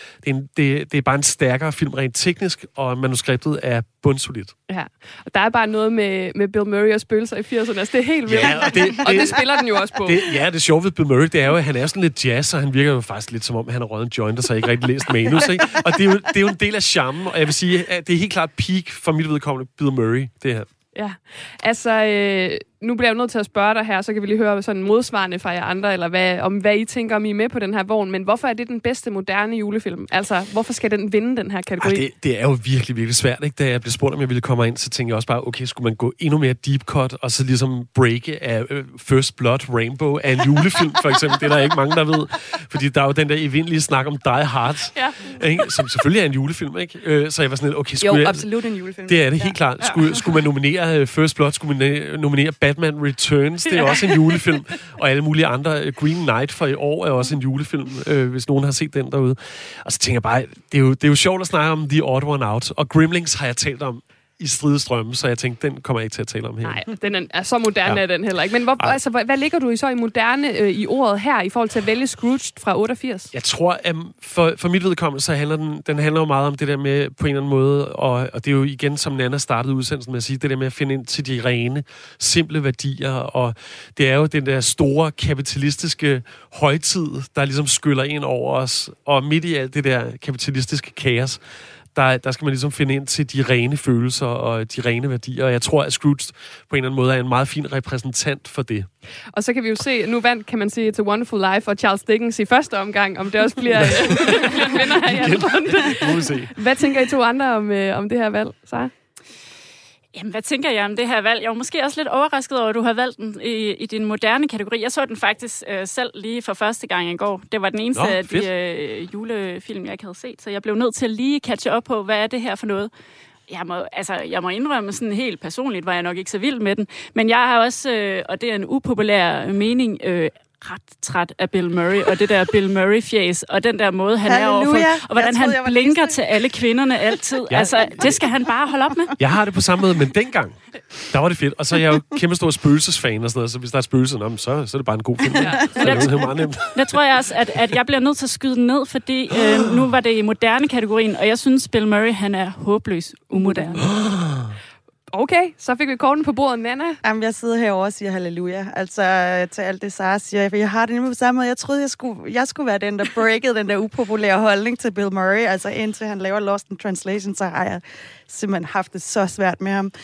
det er bare en stærkere film rent teknisk, og manuskriptet er bundsolidt. Ja, og der er bare noget med Bill Murray og spøgelser i 80'erne. Altså, det er helt vildt. Ja, og det spiller den jo også på. Det sjove ved Bill Murray, det er jo, at han er sådan lidt jazz, og han virker jo faktisk lidt som om, han har røget en joint, og så ikke rigtig læst manus, ikke? Og det er jo en del af charmen, og jeg vil sige, at det er helt klart peak for mit vedkommende Bill Murray, det her. Ja, altså, nu bliver jeg nødt til at spørge dig her, så kan vi lige høre sådan modsvarende fra jer andre, eller hvad I tænker, om I er med på den her vogn. Men hvorfor er det den bedste moderne julefilm? Altså, hvorfor skal den vinde den her kategori? Det er jo virkelig, virkelig svært, ikke? Da jeg blev spurgt, om jeg ville komme ind, så tænkte jeg også bare, okay, skulle man gå endnu mere deep cut, og så ligesom breake af First Blood Rainbow af en julefilm, for eksempel. Det er der ikke mange, der ved. Fordi der er jo den der evindelige snak om Die Hard, ikke? Som selvfølgelig er en julefilm, ikke? Så jeg var sådan lidt, okay, absolut en julefilm. Det er det helt klart. Skulle man nominere First Blood, skulle man nominere Batman Returns, det er også en julefilm, og alle mulige andre. Green Knight for i år er også en julefilm, hvis nogen har set den derude. Og så tænker jeg bare, det er jo sjovt at snakke om The Odd One Out, og Gremlings har jeg talt om i stridestrømme, så jeg tænkte, den kommer jeg ikke til at tale om her. Nej, den er så moderne er den heller ikke. Men hvad ligger du så i moderne i ordet her, i forhold til at vælge Scrooge fra 88? Jeg tror, at for mit vedkommende, så handler den handler jo meget om det der med, på en eller anden måde, og det er jo igen, som Nana startede udsendelsen med at sige, det der med at finde ind til de rene, simple værdier, og det er jo den der store kapitalistiske højtid, der ligesom skyller ind over os, og midt i alt det der kapitalistiske kaos, der skal man ligesom finde ind til de rene følelser og de rene værdier. Og jeg tror, at Scrooge på en eller anden måde er en meget fin repræsentant for det. Og så kan vi jo se, nu vandt, kan man sige, It's a Wonderful Life og Charles Dickens i første omgang, om det også bliver en vinder her i anden runde. Hvad tænker I to andre om det her valg, Sara? Jamen, hvad tænker jeg om det her valg? Jeg var måske også lidt overrasket over, at du har valgt den i din moderne kategori. Jeg så den faktisk selv lige for første gang i går. Det var den eneste af de julefilm, jeg ikke havde set, så jeg blev nødt til at lige catche op på, hvad er det her for noget? Jeg må indrømme sådan helt personligt, var jeg nok ikke så vild med den. Men jeg har også, og det er en upopulær mening, ret træt af Bill Murray, og det der Bill Murray-fjæs, og den der måde, han er overfor, og hvordan han blinker til alle kvinderne altid. Ja. Altså, det skal han bare holde op med. Jeg har det på samme måde, men dengang, der var det fedt. Og så er jeg jo kæmpe stor spøgelsesfan og sådan noget, så hvis der er spøgelser, så er det bare en god film. Ja. Det er meget nemt. Der tror jeg også, at jeg bliver nødt til at skyde den ned, fordi nu var det i moderne kategorien, og jeg synes, Bill Murray, han er håbløs umoderne. Okay, så fik vi korten på bordet, Nana. Jamen, jeg sidder herovre og siger halleluja. Altså, til alt det, Sara siger. For jeg har det nemlig på samme måde. Jeg troede, jeg skulle være den, der breakede den der upopulære holdning til Bill Murray. Altså, indtil han laver Lost in Translation, så har jeg simpelthen haft det så svært med ham.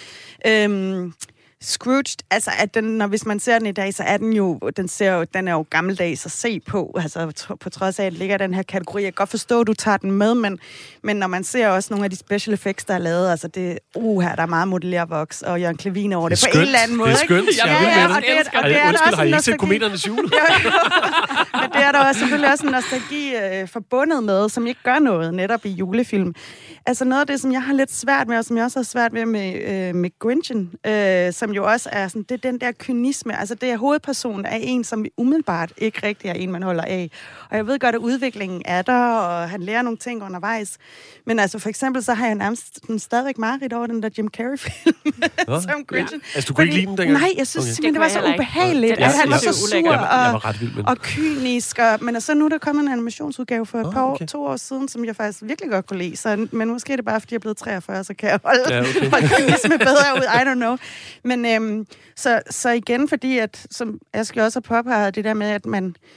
Scrooge, altså at den, hvis man ser den i dag, så er den er jo gammeldags at se på, altså på trods af, at det ligger den her kategori. Jeg kan godt forstå, at du tager den med, men når man ser også nogle af de special effects, der er lavet, altså det, her der er meget modellervoks, og Jørgen Clevin over det på en eller anden måde. Det er skønt, ikke? Undskyld, har I ikke set Kometernes Jule? Men det er der også selvfølgelig også en nostalgi forbundet med, som ikke gør noget netop i julefilm. Altså noget af det, som jeg har lidt svært med, og som jeg også har svært med Grinchen, som jo også er sådan, det er den der kynisme. Altså det er hovedpersonen af en, som umiddelbart ikke rigtig er en, man holder af. Og jeg ved godt, at udviklingen er der, og han lærer nogle ting undervejs. Men altså for eksempel, så har jeg nærmest stadigvæk mareridt over den der Jim Carrey-film som Grinchen. Ja. Altså du kunne ikke lide den dengang? Nej, jeg synes simpelthen, det var så ubehageligt. At han var så sur og kynisk. Men så nu er der kommet en animationsudgave for 2 år siden, som jeg faktisk virkelig godt kunne lide. Men måske er det bare, fordi jeg er blevet 43, så kan jeg holde kynisme bedre ud. I don't know. Men så igen, fordi at, som Aske også har påpeget, det der med, at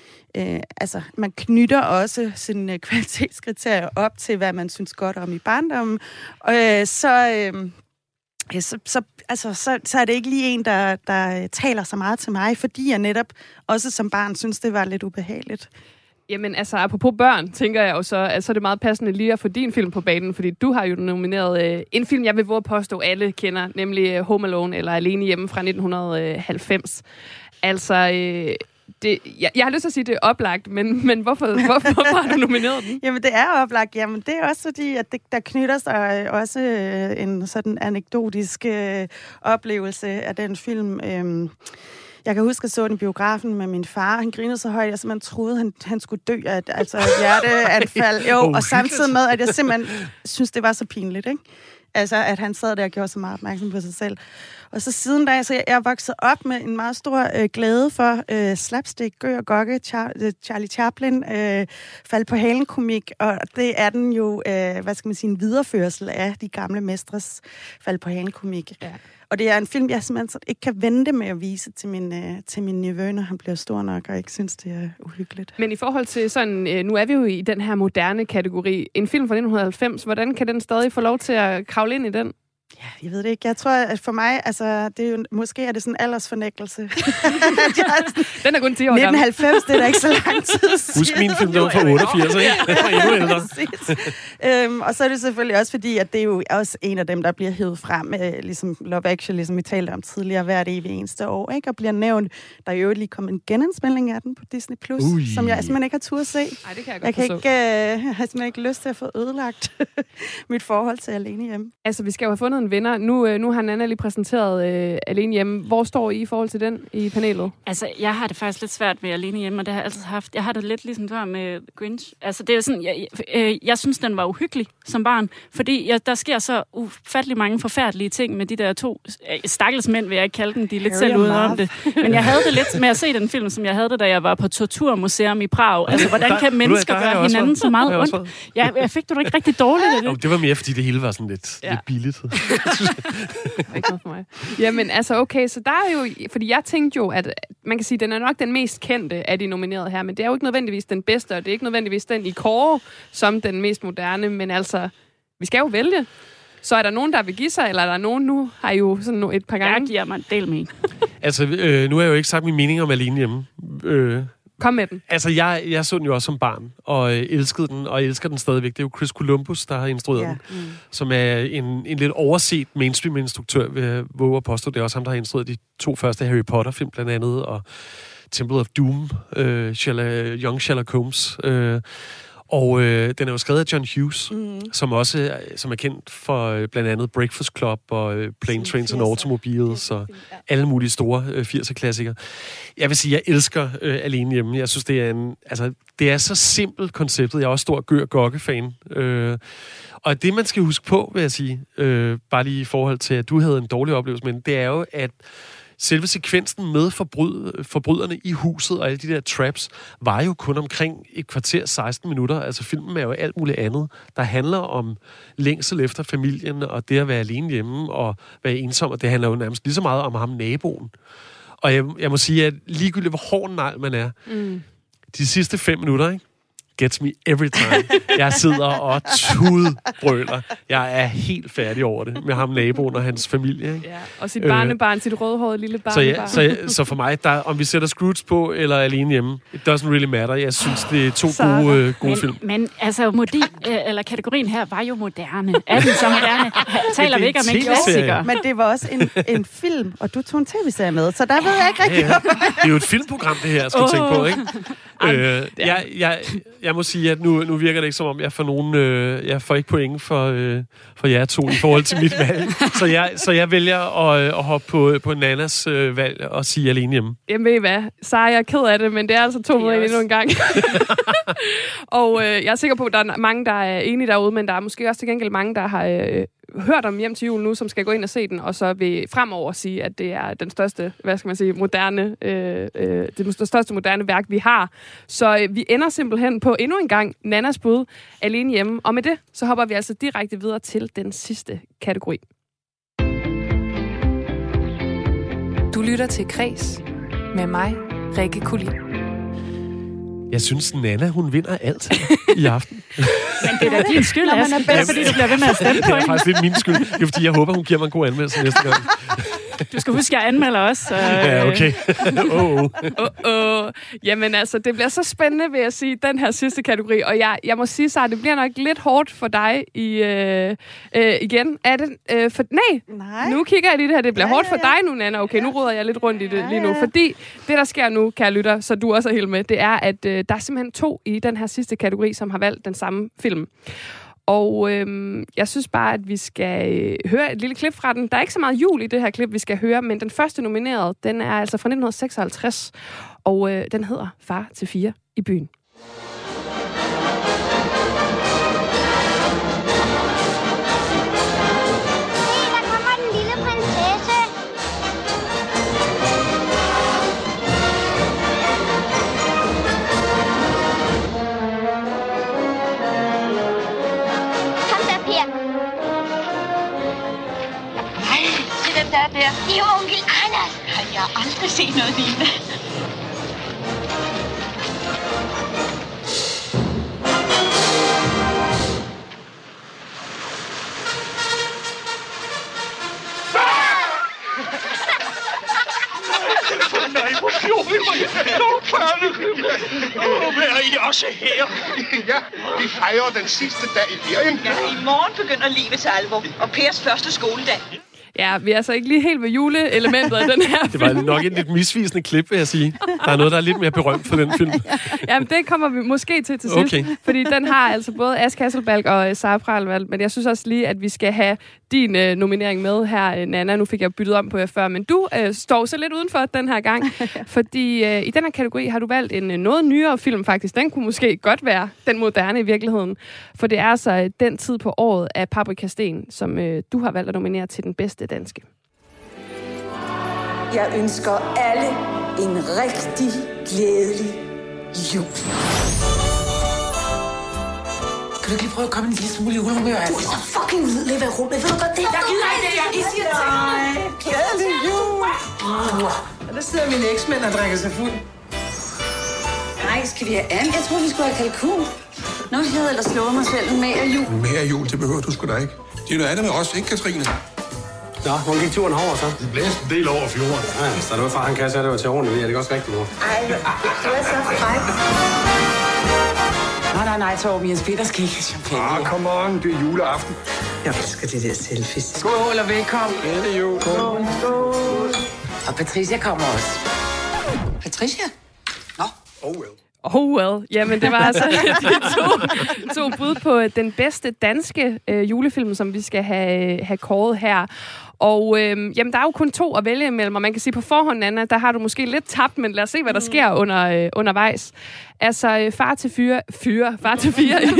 man knytter også sine kvalitetskriterier op til, hvad man synes godt om i barndommen. Så er det ikke lige en, der taler så meget til mig, fordi jeg netop også som barn synes, det var lidt ubehageligt. Jamen altså, apropos børn, tænker jeg jo så, at så er det meget passende lige at få din film på banen, fordi du har jo nomineret en film, jeg vil våge påstå, alle kender, nemlig Home Alone, eller Alene Hjemme fra 1990. Altså, jeg har lyst til at sige, at det er oplagt, men hvorfor har du nomineret den? Jamen, det er oplagt. Jamen, det er også fordi, at der knytter sig også en sådan anekdotisk oplevelse af den film. Jeg kan huske, at jeg så den i biografen med min far. Han grinede så højt, at jeg simpelthen troede, han skulle dø af et hjerteanfald. Og samtidig med, at jeg simpelthen synes, det var så pinligt, ikke? Altså, at han sad der og gjorde så meget opmærksom på sig selv. Og så siden da, så jeg er vokset op med en meget stor glæde for slapstick, Gøg og Gokke, Charlie Chaplin, fald på halen-komik, og det er den jo, en videreførsel af de gamle mestres fald på halen-komik. Ja. Og det er en film, jeg simpelthen ikke kan vente med at vise til min nevø, når han bliver stor nok, og ikke synes, det er uhyggeligt. Men i forhold til sådan, nu er vi jo i den her moderne kategori. En film fra 1990, hvordan kan den stadig få lov til at kravle ind i den? Ja, jeg ved det ikke. Jeg tror, at for mig, altså, det er jo, måske er det sådan en aldersfornægtelse. Den er kun 10 år gammel. 1990, det er da ikke så lang tid siden. Husk min film, der var fra 88, ikke? Jeg var endnu ældre. Og så er det selvfølgelig også fordi, at det er jo også en af dem, der bliver hævet frem, ligesom Love Actually, som vi talte om tidligere, hvert evig eneste år, ikke? Og bliver nævnt. Der er jo lige kommet en genindspilning af den på Disney+, som jeg simpelthen ikke har tur at se. Nej, det kan jeg godt forstå. Jeg har simpelthen ikke lyst til at få ødelagt mit forhold til Alene Hjemme. Altså, vi skal jo have fundet en vinder. Nu har Nana lige præsenteret Alene Hjemme. Hvor står I forhold til den i panelet? Altså, jeg har det faktisk lidt svært med Alene Hjemme, og det har jeg altid haft. Jeg har det lidt ligesom der med Grinch. Altså, det er jo sådan, jeg synes, den var uhyggelig som barn, fordi der sker så ufattelig mange forfærdelige ting med de der 2 stakkelsmænd, vil jeg ikke kalde dem, de er lidt selv ude om det. Men jeg havde det lidt med at se den film, som jeg havde det, da jeg var på Torturmuseum i Prag. Altså, hvordan kan mennesker gøre hinanden så meget ondt? Ja, fik du det ikke rigtig dårligt af det? Det var mere, fordi det hele var sådan lidt billigt. Ikke noget for mig. Jamen, altså okay, så der er jo... Fordi jeg tænkte jo, at man kan sige, at den er nok den mest kendte af de nominerede her, men det er jo ikke nødvendigvis den bedste, og det er ikke nødvendigvis den i kåre som den mest moderne, men altså, vi skal jo vælge. Så er der nogen, der vil give sig, eller er der nogen, nu har I jo sådan et par gange... Jeg giver mig en del med. Altså, nu har jeg jo ikke sagt min mening om Alene Hjemme. Kom med den. Altså, jeg så den jo også som barn, og elskede den, og elsker den stadigvæk. Det er jo Chris Columbus, der har instrueret den, som er en lidt overset mainstream-instruktør, vil jeg våge at påstå. Det er også ham, der har instrueret de 2 første Harry Potter-film, blandt andet, og Temple of Doom, Young Sherlock Holmes. Og den er jo skrevet af John Hughes, som er kendt for blandt andet Breakfast Club og Plane, Trains and Automobiles og alle mulige store 80'er-klassikere. Jeg vil sige, jeg elsker Alene Hjemme. Jeg synes, det er så simpelt konceptet. Jeg er også stor Gør Gokke-fan. Og det, man skal huske på, vil jeg sige, bare lige i forhold til, at du havde en dårlig oplevelse, men det er jo, at selve sekvensen med forbryderne i huset og alle de der traps, var jo kun omkring et kvarter 16 minutter. Altså filmen er jo alt muligt andet, der handler om længsel efter familien, og det at være alene hjemme, og være ensom, og det handler jo nærmest lige så meget om ham naboen. Og jeg må sige, at ligegyldigt hvor hård negl man er, de sidste 5 minutter, ikke? Gets me every time. Jeg sidder og tudbrøler. Jeg er helt færdig over det med ham naboen og hans familie. Ikke? Ja, og sit barnebarn, sit rødhårede lille barnebarn. Så for mig, om vi sætter Scrooge på eller Alene Hjemme, it doesn't really matter. Jeg synes, det er 2 gode film. Men altså, eller kategorien her var jo moderne. Er den så moderne? Taler vi ikke om en klassiker? Men det var også en film, og du tog en tv-serie med, så der ved jeg ikke rigtig. Det er jo et filmprogram, det her, skal du tænke på, ikke? Jeg må sige, at nu virker det ikke som om, jeg får nogen... jeg får ikke point for jer 2 i forhold til mit valg. Så jeg vælger at hoppe på Nannas valg og sige Alene Hjemme. Jamen ved I hvad? Sara, jeg er ked af det, men det er altså 2 mod 1 endnu en gang. Og jeg er sikker på, at der er mange, der er enige derude, men der er måske også til gengæld mange, der har... hørt om Hjem til jul nu, som skal gå ind og se den, og så vil fremover sige, at det er den største, moderne, det største moderne værk, vi har. Så vi ender simpelthen på endnu en gang Nannas bud, Alene Hjemme. Og med det, så hopper vi altså direkte videre til den sidste kategori. Du lytter til Kres med mig, Rikke Kulin. Jeg synes, Nanna, hun vinder alt i aften. Men det er da din skyld, fordi du bliver ved med at stemme på. Det er faktisk lidt min skyld. Det er fordi, jeg håber, hun giver mig en god anmeldelse næste gang. Du skal huske, at jeg anmelder også. Ja, okay. Jamen altså, det bliver så spændende, vil jeg sige, den her sidste kategori. Og jeg må sige, Sara, det bliver nok lidt hårdt for dig igen. Er det? Nej. Nu kigger jeg lige det her. Det bliver hårdt for dig nu, Nanna. Okay, nu ruder jeg lidt rundt i det lige nu. Fordi det, der sker nu, kære lytter, så du også er helt med, det er, at der er simpelthen 2 i den her sidste kategori, som har valgt den samme film. Og jeg synes bare, at vi skal høre et lille klip fra den. Der er ikke så meget jul i det her klip, vi skal høre, men den første nominerede, den er altså fra 1956, og den hedder Far til 4 i byen. Der. Det er jo onkel Anders. Jeg har aldrig set noget lignende. Nej, hvor sjovt vi må er I også her? Ja, vi fejrer den sidste dag i ferien. Ja, i morgen begynder livets alvor, og Pers første skoledag. Ja, vi er altså ikke lige helt ved juleelementet af den her film. Det var nok et lidt misvisende klip, vil jeg sige. Der er noget, der er lidt mere berømt for den film. Jamen, det kommer vi måske til sidst. Okay. Fordi den har altså både Ask Hasselbalch og Sara Prahlvald, men jeg synes også lige, at vi skal have din nominering med her, Nanna. Nu fik jeg byttet om på jer før, men du står så lidt udenfor den her gang. Fordi i den her kategori har du valgt en noget nyere film, faktisk. Den kunne måske godt være den moderne i virkeligheden. For det er altså den tid på året af Paprika Steen, som du har valgt at nominere til den bedste danske. Jeg ønsker alle en rigtig glædelig jul. Kan du ikke lige prøve at komme en lille smule i julehumør? Du er så fucking udlevet af rummet. Ved du godt det? Jeg gider ikke det. Jeg siger til mig. Glædelig jul. Og der sidder mine eksmænd og drikker sig fuld. Nej, skal vi have and? Jeg troede, vi skulle have kalkun. Nå, jeg havde ellers slået mig selv en mere jul. Mere jul, det behøver du sgu da ikke. Det er noget andet med os, ikke, Katrine? Nå, hvordan gik turen over så? Det blæste en del over fjorden. Ja, så er det far, han kan sætte det til ordentligt. Er det også rigtigt, mor? Ej, du er så fræk. Nej, Torben, Jens Peter skal ikke have champagne. Come on, det er juleaften. Jeg elsker de der selfies. Skål og velkommen. Ja, det er jo. Skål. Og Patricia kommer også. Patricia? Nå. Oh well. Jamen, det var altså de to bud på den bedste danske julefilm, som vi skal have kåret her. Og jamen, der er jo kun 2 at vælge imellem, og man kan sige på forhånd, Anna, der har du måske lidt tabt, men lad os se, hvad der sker undervejs. Altså, Far til 4 Far til 4 ja,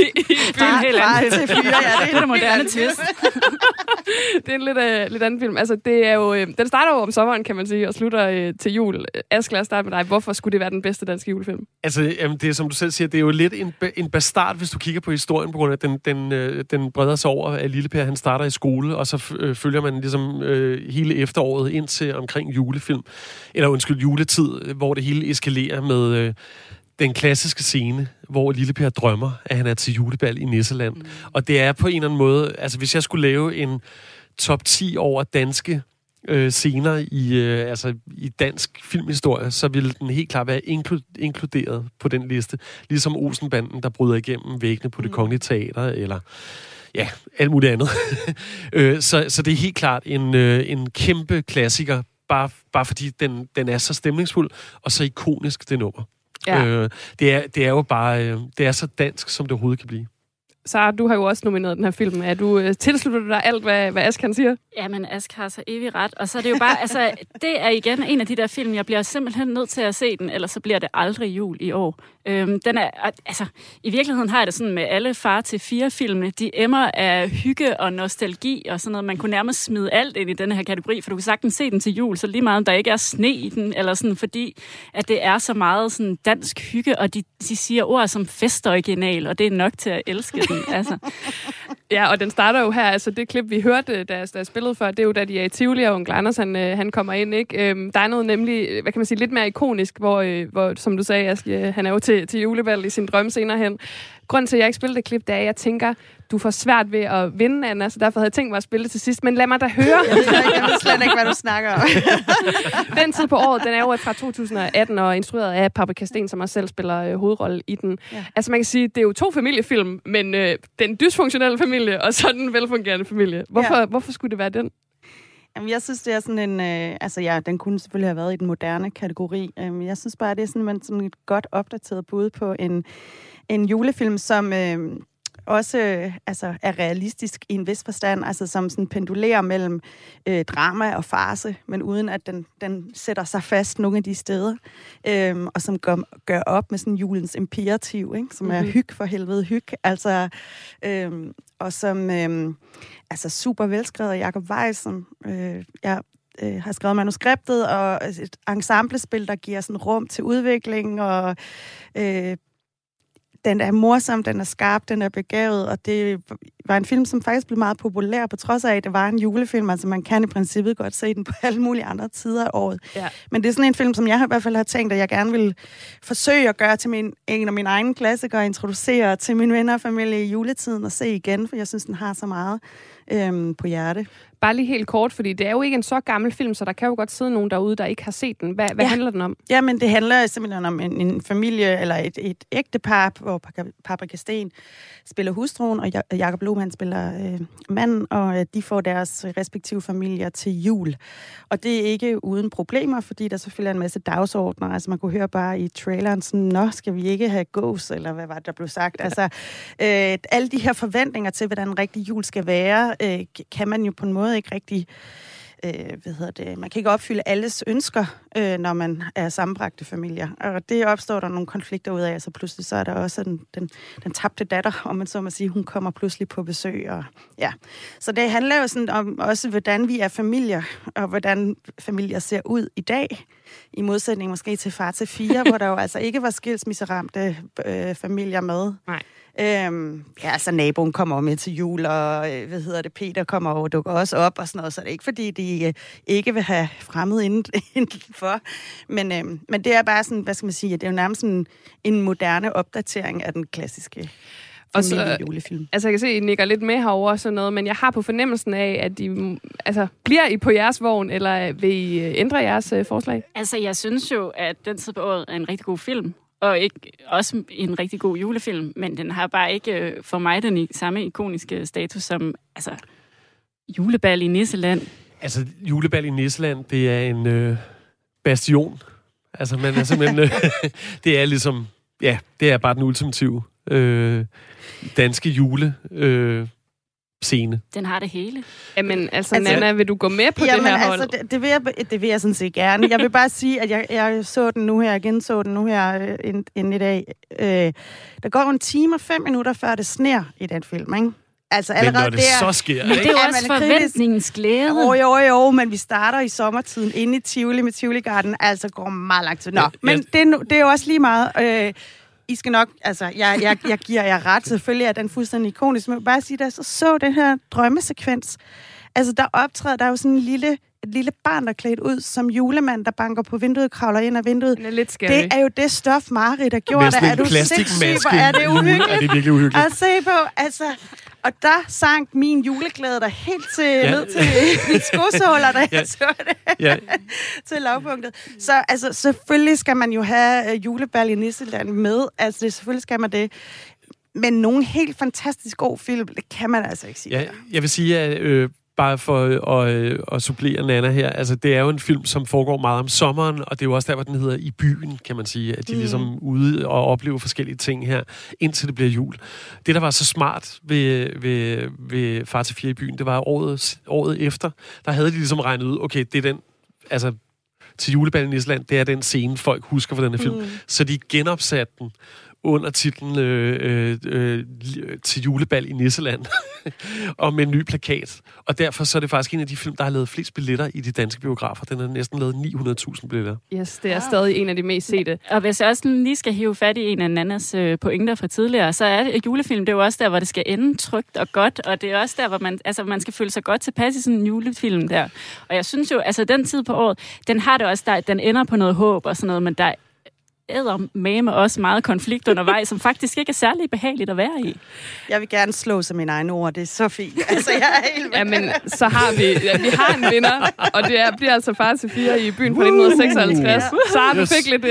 det er det moderne twist. Det er en lidt anden film. Altså, det er jo, den starter jo om sommeren, kan man sige, og slutter til jul. Ask, lad os starte med dig. Hvorfor skulle det være den bedste danske julefilm? Altså, det er, som du selv siger, det er jo lidt en bastard, hvis du kigger på historien, på grund af, den breder sig over, at Lille Per, han starter i skole, og så følger man ligesom hele efteråret ind til omkring juletid, hvor det hele eskalerer med den klassiske scene, hvor Lille Per drømmer, at han er til julebal i Nisseland. Og det er på en eller anden måde, altså hvis jeg skulle lave en top 10 over danske scener i dansk filmhistorie, så ville den helt klart være inkluderet på den liste. Ligesom Olsenbanden, der bryder igennem væggene på Det Kongelige Teater, eller ja, alt muligt andet. Så det er helt klart en kæmpe klassiker, bare fordi den er så stemningsfuld, og så ikonisk, det nummer. Ja. Det er jo bare, det er så dansk, som det overhovedet kan blive. Sara, du har jo også nomineret den her film. Tilslutter du dig alt, hvad Ask han siger? Ja, men Ask har så evig ret. Og så er det jo bare, altså, det er igen en af de der film, jeg bliver simpelthen nødt til at se den, ellers så bliver det aldrig jul i år. Den er, altså, i virkeligheden har jeg det sådan med alle Far til 4 filmene. De emmer af hygge og nostalgi og sådan noget. Man kunne nærmest smide alt ind i denne her kategori, for du kan sagtens se den til jul, så lige meget om der ikke er sne i den, eller sådan, fordi at det er så meget sådan dansk hygge, og de siger ord som festoriginal, og det er nok til at elske den. Altså. Ja, og den starter jo her, altså det klip, vi hørte, da jeg spillede før, det er jo, da de er i Tivoli, og onkel Anders, han kommer ind, ikke? Der er noget nemlig, hvad kan man sige, lidt mere ikonisk, hvor som du sagde, Aske, han er jo til julebal i sin drøm senere hen. Grunden til, at jeg ikke spiller det klip, det er, at jeg tænker, du får svært ved at vinde, Anna, så derfor havde jeg tænkt mig at spille det til sidst. Men lad mig da høre. Jeg ved slet ikke, hvad du snakker om. Den tid på året, den er jo fra 2018 og instrueret af Paprika Steen, som også selv spiller hovedrolle i den. Ja. Altså man kan sige, det er jo 2 familiefilm, men den dysfunktionelle familie og så den velfungerende familie. Hvorfor skulle det være den? Jamen, jeg synes, det er sådan en... den kunne selvfølgelig have været i den moderne kategori. Jeg synes bare, det er sådan et godt opdateret bud på en julefilm, som også er realistisk i en vis forstand, altså som sådan pendulerer mellem drama og farce, men uden at den sætter sig fast nogle af de steder, og som gør op med sådan julens imperativ, ikke? Som er hyg for helvede hyg, altså, og som super velskrevet af Jacob Weiss, som jeg har skrevet manuskriptet, og et ensemblespil, der giver sådan rum til udvikling, og den er morsom, den er skarp, den er begavet, og det var en film, som faktisk blev meget populær, på trods af, at det var en julefilm. Altså, man kan i princippet godt se den på alle mulige andre tider af året. Ja. Men det er sådan en film, som jeg i hvert fald har tænkt, at jeg gerne vil forsøge at gøre til en af mine egne klassikere, og introducere til mine venner og familie i juletiden og se igen, for jeg synes, den har så meget på hjerte. Bare lige helt kort, fordi det er jo ikke en så gammel film, så der kan jo godt sidde nogen derude, der ikke har set den. Hvad handler den om? Ja, men det handler simpelthen om en familie, eller et ægtepar, hvor Paprika Steen spiller hustruen, og Jacob Lohmann spiller manden, og de får deres respektive familier til jul. Og det er ikke uden problemer, fordi der selvfølgelig er en masse dagsordner. Altså man kunne høre bare i traileren sådan, nå, skal vi ikke have gås, eller hvad var det, der blev sagt? Altså, alle de her forventninger til, hvordan en rigtig jul skal være, kan man jo på en måde ikke rigtig, man kan ikke opfylde alles ønsker, når man er sammenbragte familier. Og det opstår der nogle konflikter ud af, så pludselig så er der også den tabte datter, om man så må sige, hun kommer pludselig på besøg. Og, ja. Så det handler jo sådan om også, hvordan vi er familier, og hvordan familier ser ud i dag, i modsætning måske til Far til 4, hvor der jo altså ikke var skilsmisseramte familier med. Nej. Naboen kommer med til jul, og Peter kommer og dukker også op og sådan noget, så det er ikke fordi, de ikke vil have fremmed indenfor. Men det er bare sådan, hvad skal man sige, det er jo nærmest en moderne opdatering af den klassiske. familiejulefilm. Altså jeg kan se, at I nikker lidt med herover og sådan noget, men jeg har på fornemmelsen af, at de, bliver I på jeres vogn, eller vil I ændre jeres forslag? Altså jeg synes jo, at Den tid på året er en rigtig god film, og ikke også en rigtig god julefilm, men den har bare ikke for mig den samme ikoniske status som Julebal i Nisseland. Altså, Julebal i Nisseland, det er en bastion. Altså, man er simpelthen... det er ligesom... Ja, det er bare den ultimative danske scene. Den har det hele. Jamen, altså Nana, vil du gå med på det her hold? Det vil jeg sådan set gerne. Jeg vil bare sige, at jeg så den nu her, jeg genså den nu her inden i dag. Der går 1 time og 5 minutter, før det sner i den film, ikke? Altså, men når det så sker, men det er jo også forventningens glæde. Jo, men vi starter i sommertiden inde i Tivoli med Tivoli-garden, altså går meget lang tid. Nå, men det er jo også lige meget... I skal nok, altså, jeg giver jer ret, selvfølgelig er den fuldstændig ikonisk, men jeg vil bare sige, at jeg så den her drømmesekvens. Altså, der er jo sådan et lille barn, der er klædt ud som julemand, der banker på vinduet, kravler ind ad vinduet. Det er lidt scary. Det er jo det stof, Marit har gjort. Er du sindssyg? Er det uhyggeligt? Er det virkelig uhyggeligt? At se på, altså... Og der sank min juleglæde der helt ned til mit skosåler, da jeg så det til lavpunktet. Så altså, selvfølgelig skal man jo have Julebal i Nisseland med. Altså, selvfølgelig skal man det. Men nogen helt fantastisk god film, det kan man altså ikke sige. Ja, jeg vil sige, at bare for at supplere Nana her, altså det er jo en film, som foregår meget om sommeren, og det er jo også der, hvor den hedder I byen, kan man sige, at de ligesom ude og oplever forskellige ting her, indtil det bliver jul. Det, der var så smart ved Far til 4 i byen, det var året efter, der havde de ligesom regnet ud, okay, det er den, altså til Juleballen i Island, det er den scene, folk husker for denne film, så de genopsatte den under titlen til Julebal i Nisseland, og med en ny plakat. Og derfor så er det faktisk en af de film, der har lavet flest billetter i de danske biografer. Den har næsten lavet 900.000 billetter. Yes, det er stadig en af de mest sete. Og hvis jeg også lige skal hive fat i en af Nannas pointer fra tidligere, så er det julefilm, det er jo også der, hvor det skal ende trygt og godt, og det er også der, hvor man skal føle sig godt tilpas i sådan en julefilm der. Og jeg synes jo, altså den tid på året, den har det også der, den ender på noget håb og sådan noget, men der med også meget konflikt undervejs, som faktisk ikke er særlig behageligt at være i. Jeg vil gerne slå som mine egne ord. Det er så fint. Altså, jeg er helt med. Jamen, så har vi har en vinder, og det bliver altså Far til 4 i byen fra 1956. Så har du fik lidt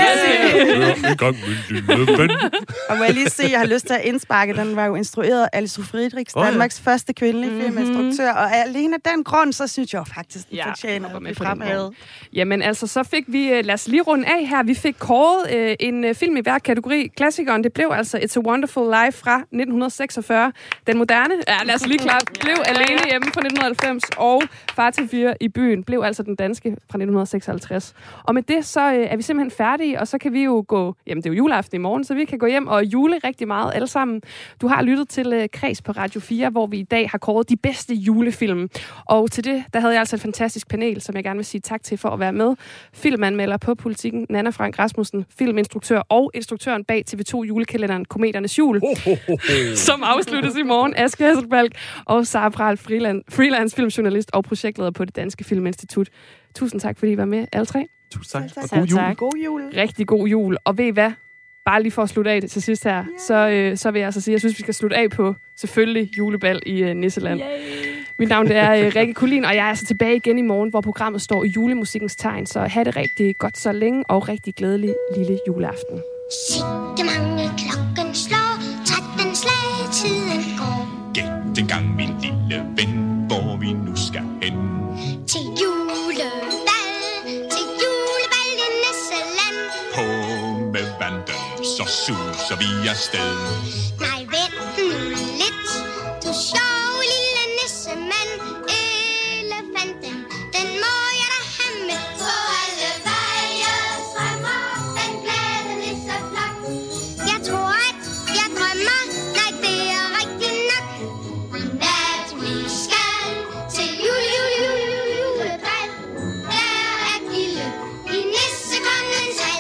Og må jeg lige se, jeg har lyst til at indsparke, den var jo instrueret af Alice Friedrichs, Danmarks første kvindelige filminstruktør, og alene den grund, så synes jeg faktisk, den fortjener at blive fremhævet. Jamen, altså, så fik vi, lad os lige runde af her, vi fik kåret en film i hver kategori. Klassikeren, det blev altså It's a Wonderful Life fra 1946. Den moderne, lad os lige klart, blev Alene hjemme fra 1990, og Far til 4 i byen blev altså den danske fra 1956. Og med det, så er vi simpelthen færdige, og så kan vi jo gå, jamen det er jo juleaften i morgen, så vi kan gå hjem og jule rigtig meget alle sammen. Du har lyttet til Kreds på Radio 4, hvor vi i dag har kåret de bedste julefilm. Og til det, der havde jeg altså et fantastisk panel, som jeg gerne vil sige tak til for at være med. Filmanmelder på Politikken, Nanna Frank Rasmussen, filminstruktør og instruktøren bag TV2 julekalenderen Kometernes Jul, som afsluttes i morgen, Aske Hasselbalg, og Sara Pral, freelance filmjournalist og projektleder på Det Danske Filminstitut. Tusind tak, fordi I var med, alle tre. Tusind tak. Og god jul. God jul. Rigtig god jul. Og ved I hvad? Bare lige for at slutte af til sidst her, så vil jeg altså sige, at jeg synes, vi skal slutte af på selvfølgelig Julebal i Nisseland. Mit navn det er Rikke Kulin, og jeg er altså tilbage igen i morgen, hvor programmet står i julemusikkens tegn. Så have det rigtig godt så længe, og rigtig glædelig lille juleaften. Sikke mange klokken slår, 13 slag, tiden går. Gæt en gang, min lille ven, hvor vi nu skal hen. Til julebal i Nisseland. På med vandet, så suser vi afsted. Nej, vent nu lidt, du sjove lille nissemand. Elefanten, den må jeg da have med. På alle veje strømmer den glade nisseflok. Jeg tror, at jeg drømmer, nej, det er rigtigt nok. At vi skal til julebal. Der er gilde i nissekongens hal.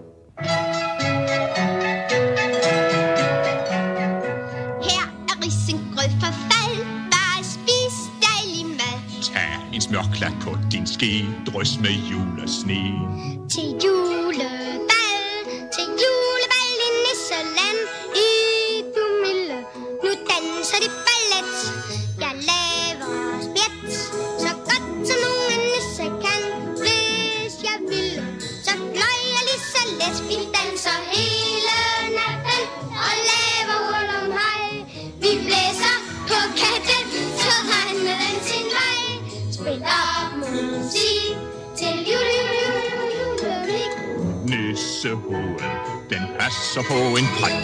Her er risengrød for fald. Bare spis dejlig mad. Tag en smørklat på din ske, drys med julesne. Til julebal i Nisseland. I Bumil spil op musik til julerik. Nissehoven, den passer på en prik.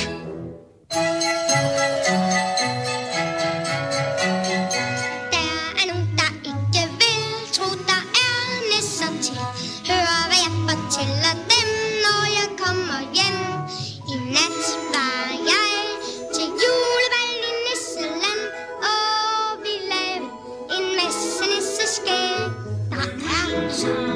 Der er nogen, der ikke vil tro, der er nisser til. Hør, hvad jeg fortæller dem, når jeg kommer hjem. I nat var jeg til julebal i Nisseland, og vi lavede en masse nisseskæg. Der er så